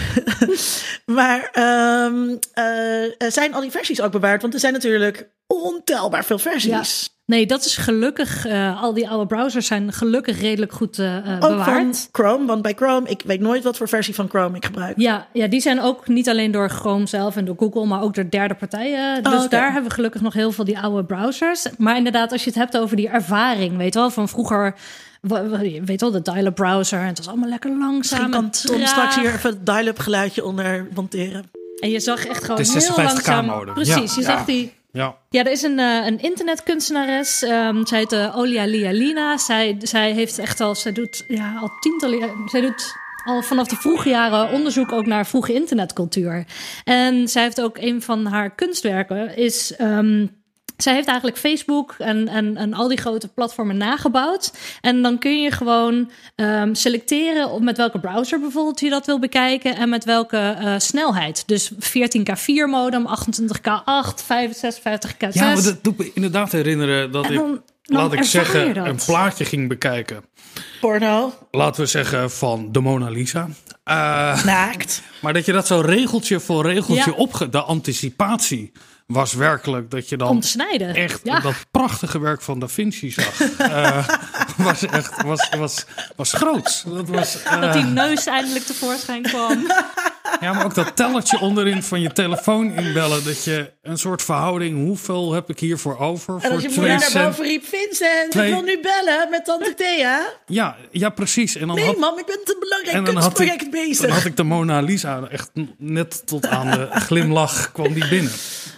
Maar um, uh, zijn al die versies ook bewaard? Want er zijn natuurlijk ontelbaar veel versies. Ja. Nee, dat is gelukkig. Uh, al die oude browsers zijn gelukkig redelijk goed uh, ook bewaard. Van Chrome, want bij Chrome, ik weet nooit wat voor versie van Chrome ik gebruik. Ja, ja, die zijn ook niet alleen door Chrome zelf en door Google, maar ook door derde partijen. Dus oh, okay. daar hebben we gelukkig nog heel veel die oude browsers. Maar inderdaad, als je het hebt over die ervaring, weet je wel, van vroeger. Je weet wel, de dial-up browser. En het was allemaal lekker langzaam. Misschien kan Tom straks hier even het dial-up geluidje onder monteren. En je zag echt gewoon de heel zesenvijftig langzaam. K-modem. Precies, ja. je zag ja. die. Ja. Ja, er is een, uh, een internetkunstenares. Um, zij heet uh, Olia Lialina. Zij, zij heeft echt al, zij doet ja, al tientallen, zij doet al vanaf de vroege jaren onderzoek ook naar vroege internetcultuur. En zij heeft ook een van haar kunstwerken is. Um, Zij heeft eigenlijk Facebook en, en, en al die grote platformen nagebouwd. En dan kun je gewoon um, selecteren op met welke browser bijvoorbeeld je dat wil bekijken en met welke uh, snelheid. Dus veertien k vier modem, achtentwintig k acht, vijfenzeventig k zes. Ja, maar dat doet me inderdaad herinneren dat dan, ik, dan laat ik zeggen, dat. een plaatje ging bekijken. Porno. Laten we zeggen van de Mona Lisa. Uh, Naakt. Maar dat je dat zo regeltje voor regeltje Ja. opge... De anticipatie was werkelijk dat je dan Om te snijden. echt Ja. dat prachtige werk van Da Vinci zag. uh, was echt was, was, was groots. Dat, was, uh, Dat die neus eindelijk tevoorschijn kwam. ja, maar ook dat tellertje onderin van je telefoon inbellen. Dat je een soort verhouding, hoeveel heb ik hiervoor over? En voor als je twee moeder naar cent. boven riep, Vincent, Twee- ik wil nu bellen met tante Thea. Ja, ja, precies. En dan Nee, had, mam, ik ben te belangrijk en dan had, kunstproject ik, bezig. dan had ik de Mona Lisa echt net tot aan de glimlach kwam die binnen.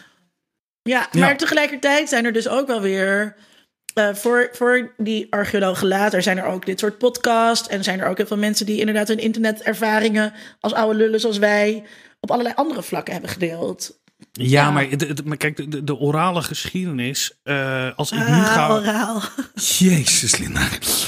Ja, maar Ja. tegelijkertijd zijn er dus ook wel weer. Uh, voor, voor die archeologen later zijn er ook dit soort podcasts. En zijn er ook heel veel mensen die inderdaad hun internetervaringen als oude lullen zoals wij op allerlei andere vlakken hebben gedeeld. Ja, Ja. Maar, de, de- maar kijk, de, de orale geschiedenis. Uh, als ik nu Ah, ga. oraal. Jezus, Linda.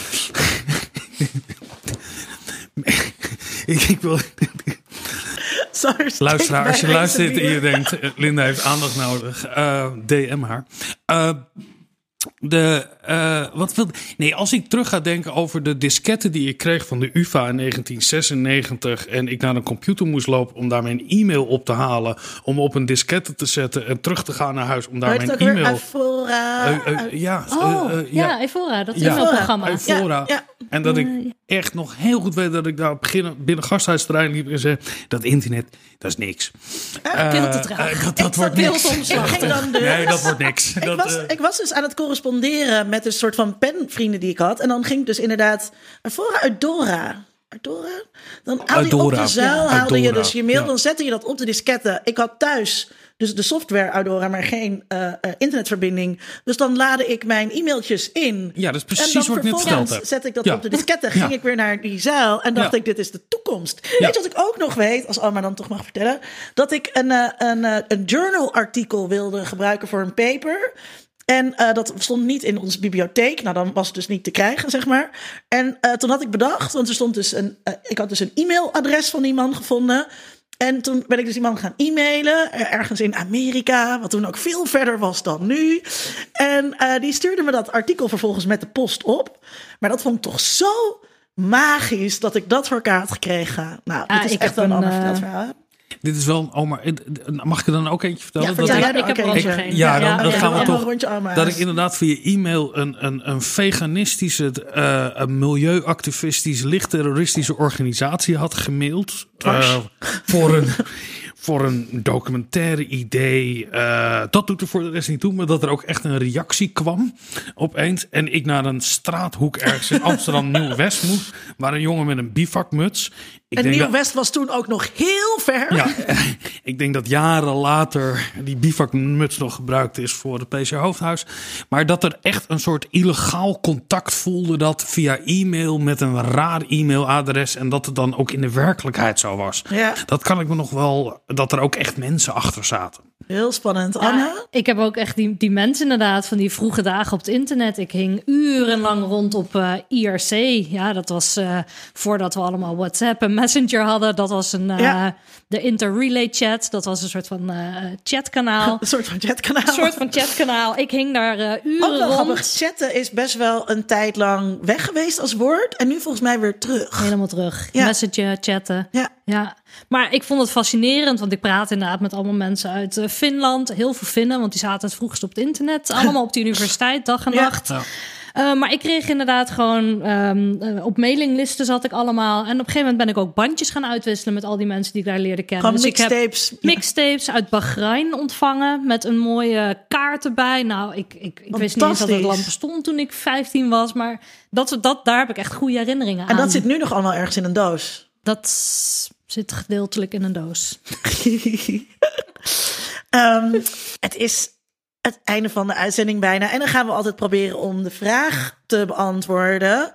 ik, ik wil. Sorry, Luisteraar, als je steek luistert bij en je deze denkt, eh, Linda heeft aandacht nodig, uh, D M haar. Uh, de, uh, wat wil, nee, als ik terug ga denken over de disketten die ik kreeg van de U vA in negentien zesennegentig en ik naar een computer moest lopen om daar mijn e-mail op te halen, om op een diskette te zetten en terug te gaan naar huis om daar Hoe heet mijn het ook weer? e-mail... Evora. Uh, uh, ja, Oh, uh, uh, ja, Evora, dat Ja. e-mailprogramma. Evora. Ja, ja. En dat ik echt nog heel goed weet dat ik daar binnen, binnen gasthuisterrein liep en zei, dat internet, dat is niks. Ah, Uh, beeldopdracht. uh, dat, dat wordt niks. Ik ging dan dus- Nee, dat wordt niks. Ik Dat, was, uh, ik was dus aan het corresponderen met een soort van penvrienden die ik had. En dan ging ik dus inderdaad Evora Eudora. Eudora? Dan haalde je op Eudora. de zuil, Ja. haalde je Eudora, dus je mail. ja. Dan zette je dat op de disketten. Ik had thuis dus de software Eudora, maar geen uh, uh, internetverbinding. Dus dan laadde ik mijn e-mailtjes in. Ja, dat is En precies dan wat ik net vervolgens verteld heb. zette ik dat Ja. op de disketten. Ging Ja. ik weer naar die zuil. En dacht Ja. ik, dit is de toekomst. Ja. Weet je wat ik ook nog weet, als Alma dan toch mag vertellen? Dat ik een, uh, een, uh, een journal artikel wilde gebruiken voor een paper. En uh, dat stond niet in onze bibliotheek. Nou, dan was het dus niet te krijgen, zeg maar. En uh, toen had ik bedacht, want er stond dus een, uh, ik had dus een e-mailadres van die man gevonden. En toen ben ik dus die man gaan e-mailen, ergens in Amerika, wat toen ook veel verder was dan nu. En uh, die stuurde me dat artikel vervolgens met de post op. Maar dat vond ik toch zo magisch dat ik dat voor elkaar had gekregen. Nou, Ja, dit is ik echt heb wel een een, ander uh, verteld verhaal. Dit is wel, oh, maar mag ik er dan ook eentje vertellen? Ja, dat ja, ik, ja, ik heb er ook ik, geen. Ja, dan, ja, dan ja, gaan we ja, toch. Rondje Dat ik inderdaad via e-mail een, een, een veganistische, uh, een milieuactivistisch, lichtterroristische organisatie had gemaild. Uh, voor een. Voor een documentaire idee. Uh, dat doet er voor de rest niet toe. Maar dat er ook echt een reactie kwam opeens. En ik naar een straathoek ergens in Amsterdam Nieuw-West moest. Waar een jongen met een bivakmuts. Ik en Nieuw-West dat, was toen ook nog heel ver. Ja, ik denk dat jaren later die bivakmuts nog gebruikt is voor het P C Hoofdhuis. Maar dat er echt een soort illegaal contact voelde dat via e-mail met een raar e-mailadres. En dat het dan ook in de werkelijkheid zo was. Ja. Dat kan ik me nog wel, dat er ook echt mensen achter zaten. Heel spannend. Anne? Ja, ik heb ook echt die, die mensen inderdaad van die vroege dagen op het internet. Ik hing urenlang rond op uh, I R C. Ja, dat was uh, voordat we allemaal WhatsApp en Messenger hadden. Dat was een, uh, ja. de Interrelay chat. Dat was een soort van uh, chatkanaal. Een soort van chatkanaal. Een soort van chatkanaal. Ik hing daar uh, uren ook wel rond. Grappig. Chatten is best wel een tijd lang weg geweest als woord. En nu volgens mij weer terug. Helemaal terug. Ja. Messenger, chatten. Ja. Ja. Maar ik vond het fascinerend, want ik praat inderdaad met allemaal mensen uit uh, Finland. Heel veel Finnen, want die zaten het vroegst op het internet. Allemaal op de universiteit, dag en nacht. Ja. Uh, maar ik kreeg inderdaad gewoon... Um, uh, op mailinglisten zat ik allemaal. En op een gegeven moment ben ik ook bandjes gaan uitwisselen met al die mensen die ik daar leerde kennen. Gewoon dus mixtapes. Ik heb mixtapes uit Bahrein ontvangen met een mooie kaart erbij. Nou, ik, ik, ik wist niet eens dat het land bestond toen ik vijftien was. Maar dat, dat, daar heb ik echt goede herinneringen aan. En dat zit nu nog allemaal ergens in een doos? Dat zit gedeeltelijk in een doos. um, het is het einde van de uitzending bijna. En dan gaan we altijd proberen om de vraag te beantwoorden.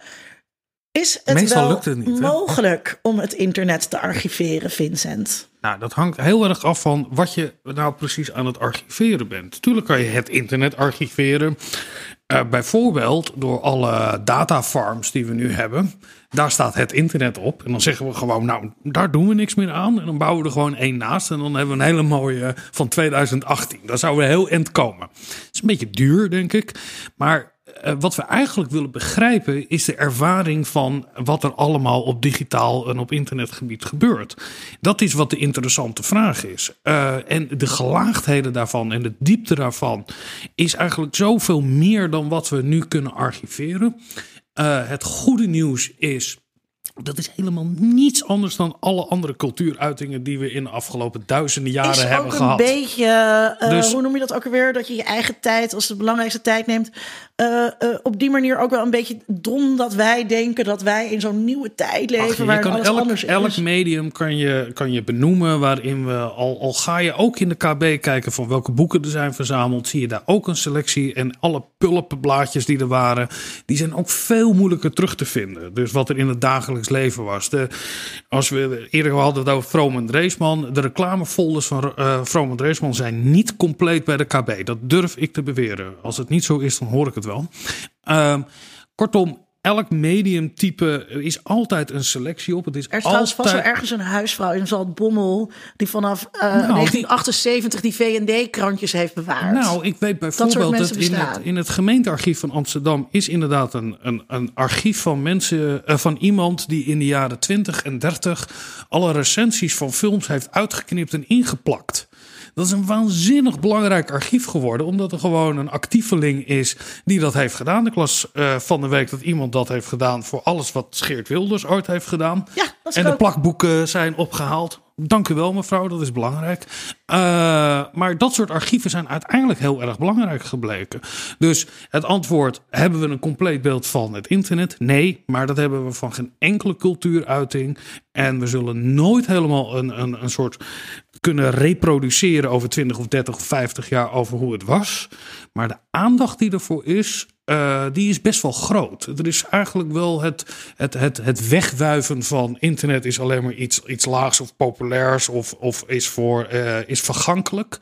Is het Meestal wel lukt het niet, mogelijk hè? om het internet te archiveren, Vincent? Nou, dat hangt heel erg af van wat je nou precies aan het archiveren bent. Natuurlijk kan je het internet archiveren. Uh, bijvoorbeeld door alle datafarms die we nu hebben. Daar staat het internet op. En dan zeggen we gewoon, nou, daar doen we niks meer aan. En dan bouwen we er gewoon één naast. En dan hebben we een hele mooie van twintig achttien. Daar zouden we heel eind komen. Het is een beetje duur, denk ik. Maar uh, wat we eigenlijk willen begrijpen is de ervaring van wat er allemaal op digitaal en op internetgebied gebeurt. Dat is wat de interessante vraag is. Uh, en de gelaagdheden daarvan en de diepte daarvan is eigenlijk zoveel meer dan wat we nu kunnen archiveren. Uh, het goede nieuws is, dat is helemaal niets anders dan alle andere cultuuruitingen die we in de afgelopen duizenden jaren is hebben ook gehad. Een beetje, uh, dus, hoe noem je dat ook alweer? Dat je je eigen tijd als de belangrijkste tijd neemt. Uh, uh, op die manier ook wel een beetje dom dat wij denken dat wij in zo'n nieuwe tijd leven. Ach, je waar kan alles elk, anders is. elk medium kan je, kan je benoemen waarin we, al, al ga je ook in de K B kijken van welke boeken er zijn verzameld, zie je daar ook een selectie. En alle pulpenblaadjes die er waren, die zijn ook veel moeilijker terug te vinden. Dus wat er in het dagelijks leven was. De, als we eerder hadden het over Vroom en Dreesman, de reclamefolders van uh, Vroom en Dreesman zijn niet compleet bij de K B. Dat durf ik te beweren. Als het niet zo is, dan hoor ik het wel. Uh, kortom, elk mediumtype is altijd een selectie op. Het is er is altijd... trouwens vast wel ergens een huisvrouw in Zaltbommel die vanaf uh, nou, negentien achtenzeventig die V en D-krantjes heeft bewaard. Nou, ik weet bijvoorbeeld dat, dat in, het, in het gemeentearchief van Amsterdam is inderdaad een, een, een archief van mensen, uh, van iemand die in de jaren twintig en dertig alle recensies van films heeft uitgeknipt en ingeplakt. Dat is een waanzinnig belangrijk archief geworden, omdat er gewoon een actieveling is die dat heeft gedaan. Ik las uh, van de week dat iemand dat heeft gedaan voor alles wat Geert Wilders ooit heeft gedaan. Ja, dat is en de ook. plakboeken zijn opgehaald. Dank u wel, mevrouw, dat is belangrijk. Uh, maar dat soort archieven zijn uiteindelijk heel erg belangrijk gebleken. Dus het antwoord, hebben we een compleet beeld van het internet? Nee, maar dat hebben we van geen enkele cultuuruiting. En we zullen nooit helemaal een, een, een soort kunnen reproduceren over twintig of dertig of vijftig jaar over hoe het was. Maar de aandacht die ervoor is, Uh, die is best wel groot. Er is eigenlijk wel het, het, het, het wegwuiven van internet is alleen maar iets, iets laags of populairs of, of is, voor, uh, is vergankelijk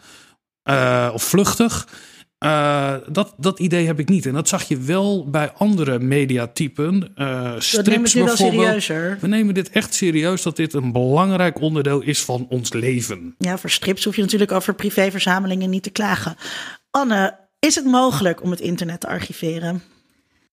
uh, of vluchtig. Uh, dat, dat idee heb ik niet. En dat zag je wel bij andere mediatypen. Uh, strips nemen het nu wel bijvoorbeeld. serieuzer. We nemen dit echt serieus dat dit een belangrijk onderdeel is van ons leven. Ja, voor strips hoef je natuurlijk over privéverzamelingen niet te klagen. Anne, is het mogelijk om het internet te archiveren?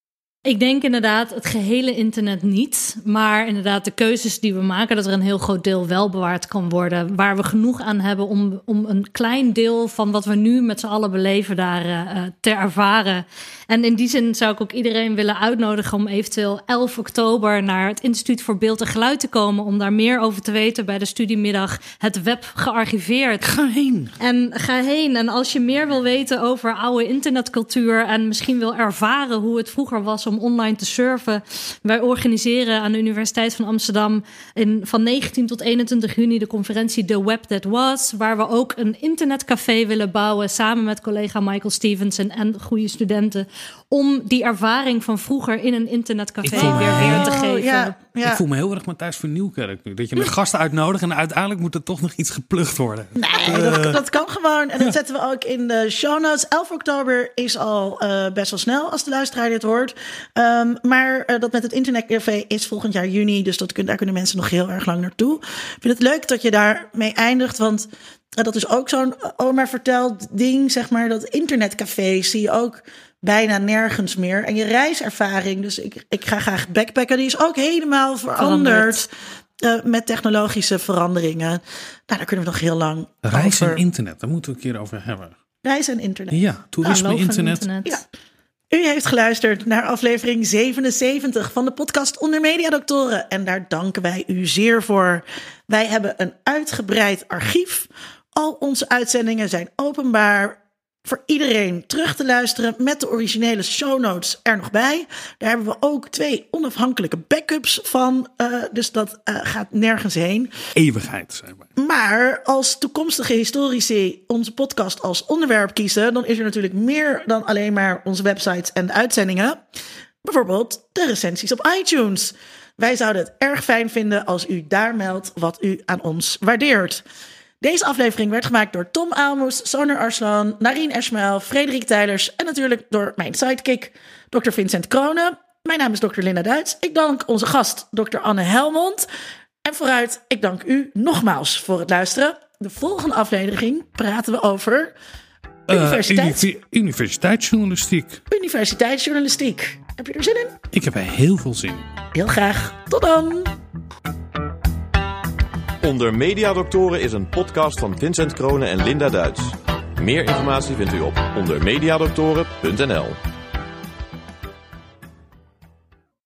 Ik denk inderdaad het gehele internet niet. Maar inderdaad de keuzes die we maken, dat er een heel groot deel wel bewaard kan worden. Waar we genoeg aan hebben om, om een klein deel van wat we nu met z'n allen beleven daar uh, te ervaren. En in die zin zou ik ook iedereen willen uitnodigen om eventueel elf oktober naar het Instituut voor Beeld en Geluid te komen. Om daar meer over te weten bij de studiemiddag Het Web gearchiveerd. Ga heen. En ga heen. En als je meer wil weten over oude internetcultuur en misschien wil ervaren hoe het vroeger was om online te surfen. Wij organiseren aan de Universiteit van Amsterdam in, van negentien tot eenentwintig juni de conferentie The Web That Was. Waar we ook een internetcafé willen bouwen samen met collega Michael Stevenson en goede studenten. Om die ervaring van vroeger in een internetcafé voel, weer weer te oh, geven. Ja, ja. Ik voel me heel erg Matthijs van Nieuwkerk nu. Dat je een gast uitnodigt en uiteindelijk moet er toch nog iets geplukt worden. Nee, uh, dat, dat kan gewoon. En dat zetten we ook in de show notes. elf oktober is al uh, best wel snel als de luisteraar dit hoort. Um, maar uh, dat met het internetcafé is volgend jaar juni. Dus dat kun, daar kunnen mensen nog heel erg lang naartoe. Ik vind het leuk dat je daarmee eindigt. Want uh, dat is ook zo'n oma verteld ding. Zeg maar, dat internetcafés zie je ook bijna nergens meer. En je reiservaring, dus ik, ik ga graag backpacken, die is ook helemaal veranderd. Uh, met technologische veranderingen. Nou, daar kunnen we nog heel lang Reis over. en internet, daar moeten we een keer over hebben. Reis en internet. Ja, toerisme, Nou, internet. internet. Ja. U heeft geluisterd naar aflevering zevenenzeventig van de podcast Onder Media Doctoren. En daar danken wij u zeer voor. Wij hebben een uitgebreid archief. Al onze uitzendingen zijn openbaar voor iedereen terug te luisteren met de originele show notes er nog bij. Daar hebben we ook twee onafhankelijke backups van. Uh, dus dat uh, gaat nergens heen. Eeuwigheid, zijn wij. Maar als toekomstige historici onze podcast als onderwerp kiezen, dan is er natuurlijk meer dan alleen maar onze websites en de uitzendingen. Bijvoorbeeld de recensies op iTunes. Wij zouden het erg fijn vinden als u daar meldt wat u aan ons waardeert. Deze aflevering werd gemaakt door Tom Aalmoes, Soner Arslan, Narien Esmail, Frederik Teylers en natuurlijk door mijn sidekick, dokter Vincent Kroonen. Mijn naam is dokter Linda Duits. Ik dank onze gast, dokter Anne Helmond. En vooruit, ik dank u nogmaals voor het luisteren. De volgende aflevering praten we over universiteits... Uh, uni- universiteitsjournalistiek. Universiteitsjournalistiek. Heb je er zin in? Ik heb er heel veel zin in. Heel graag. Tot dan! Onder Mediadoktoren is een podcast van Vincent Kroonen en Linda Duits. Meer informatie vindt u op onder mediadoktoren punt n l.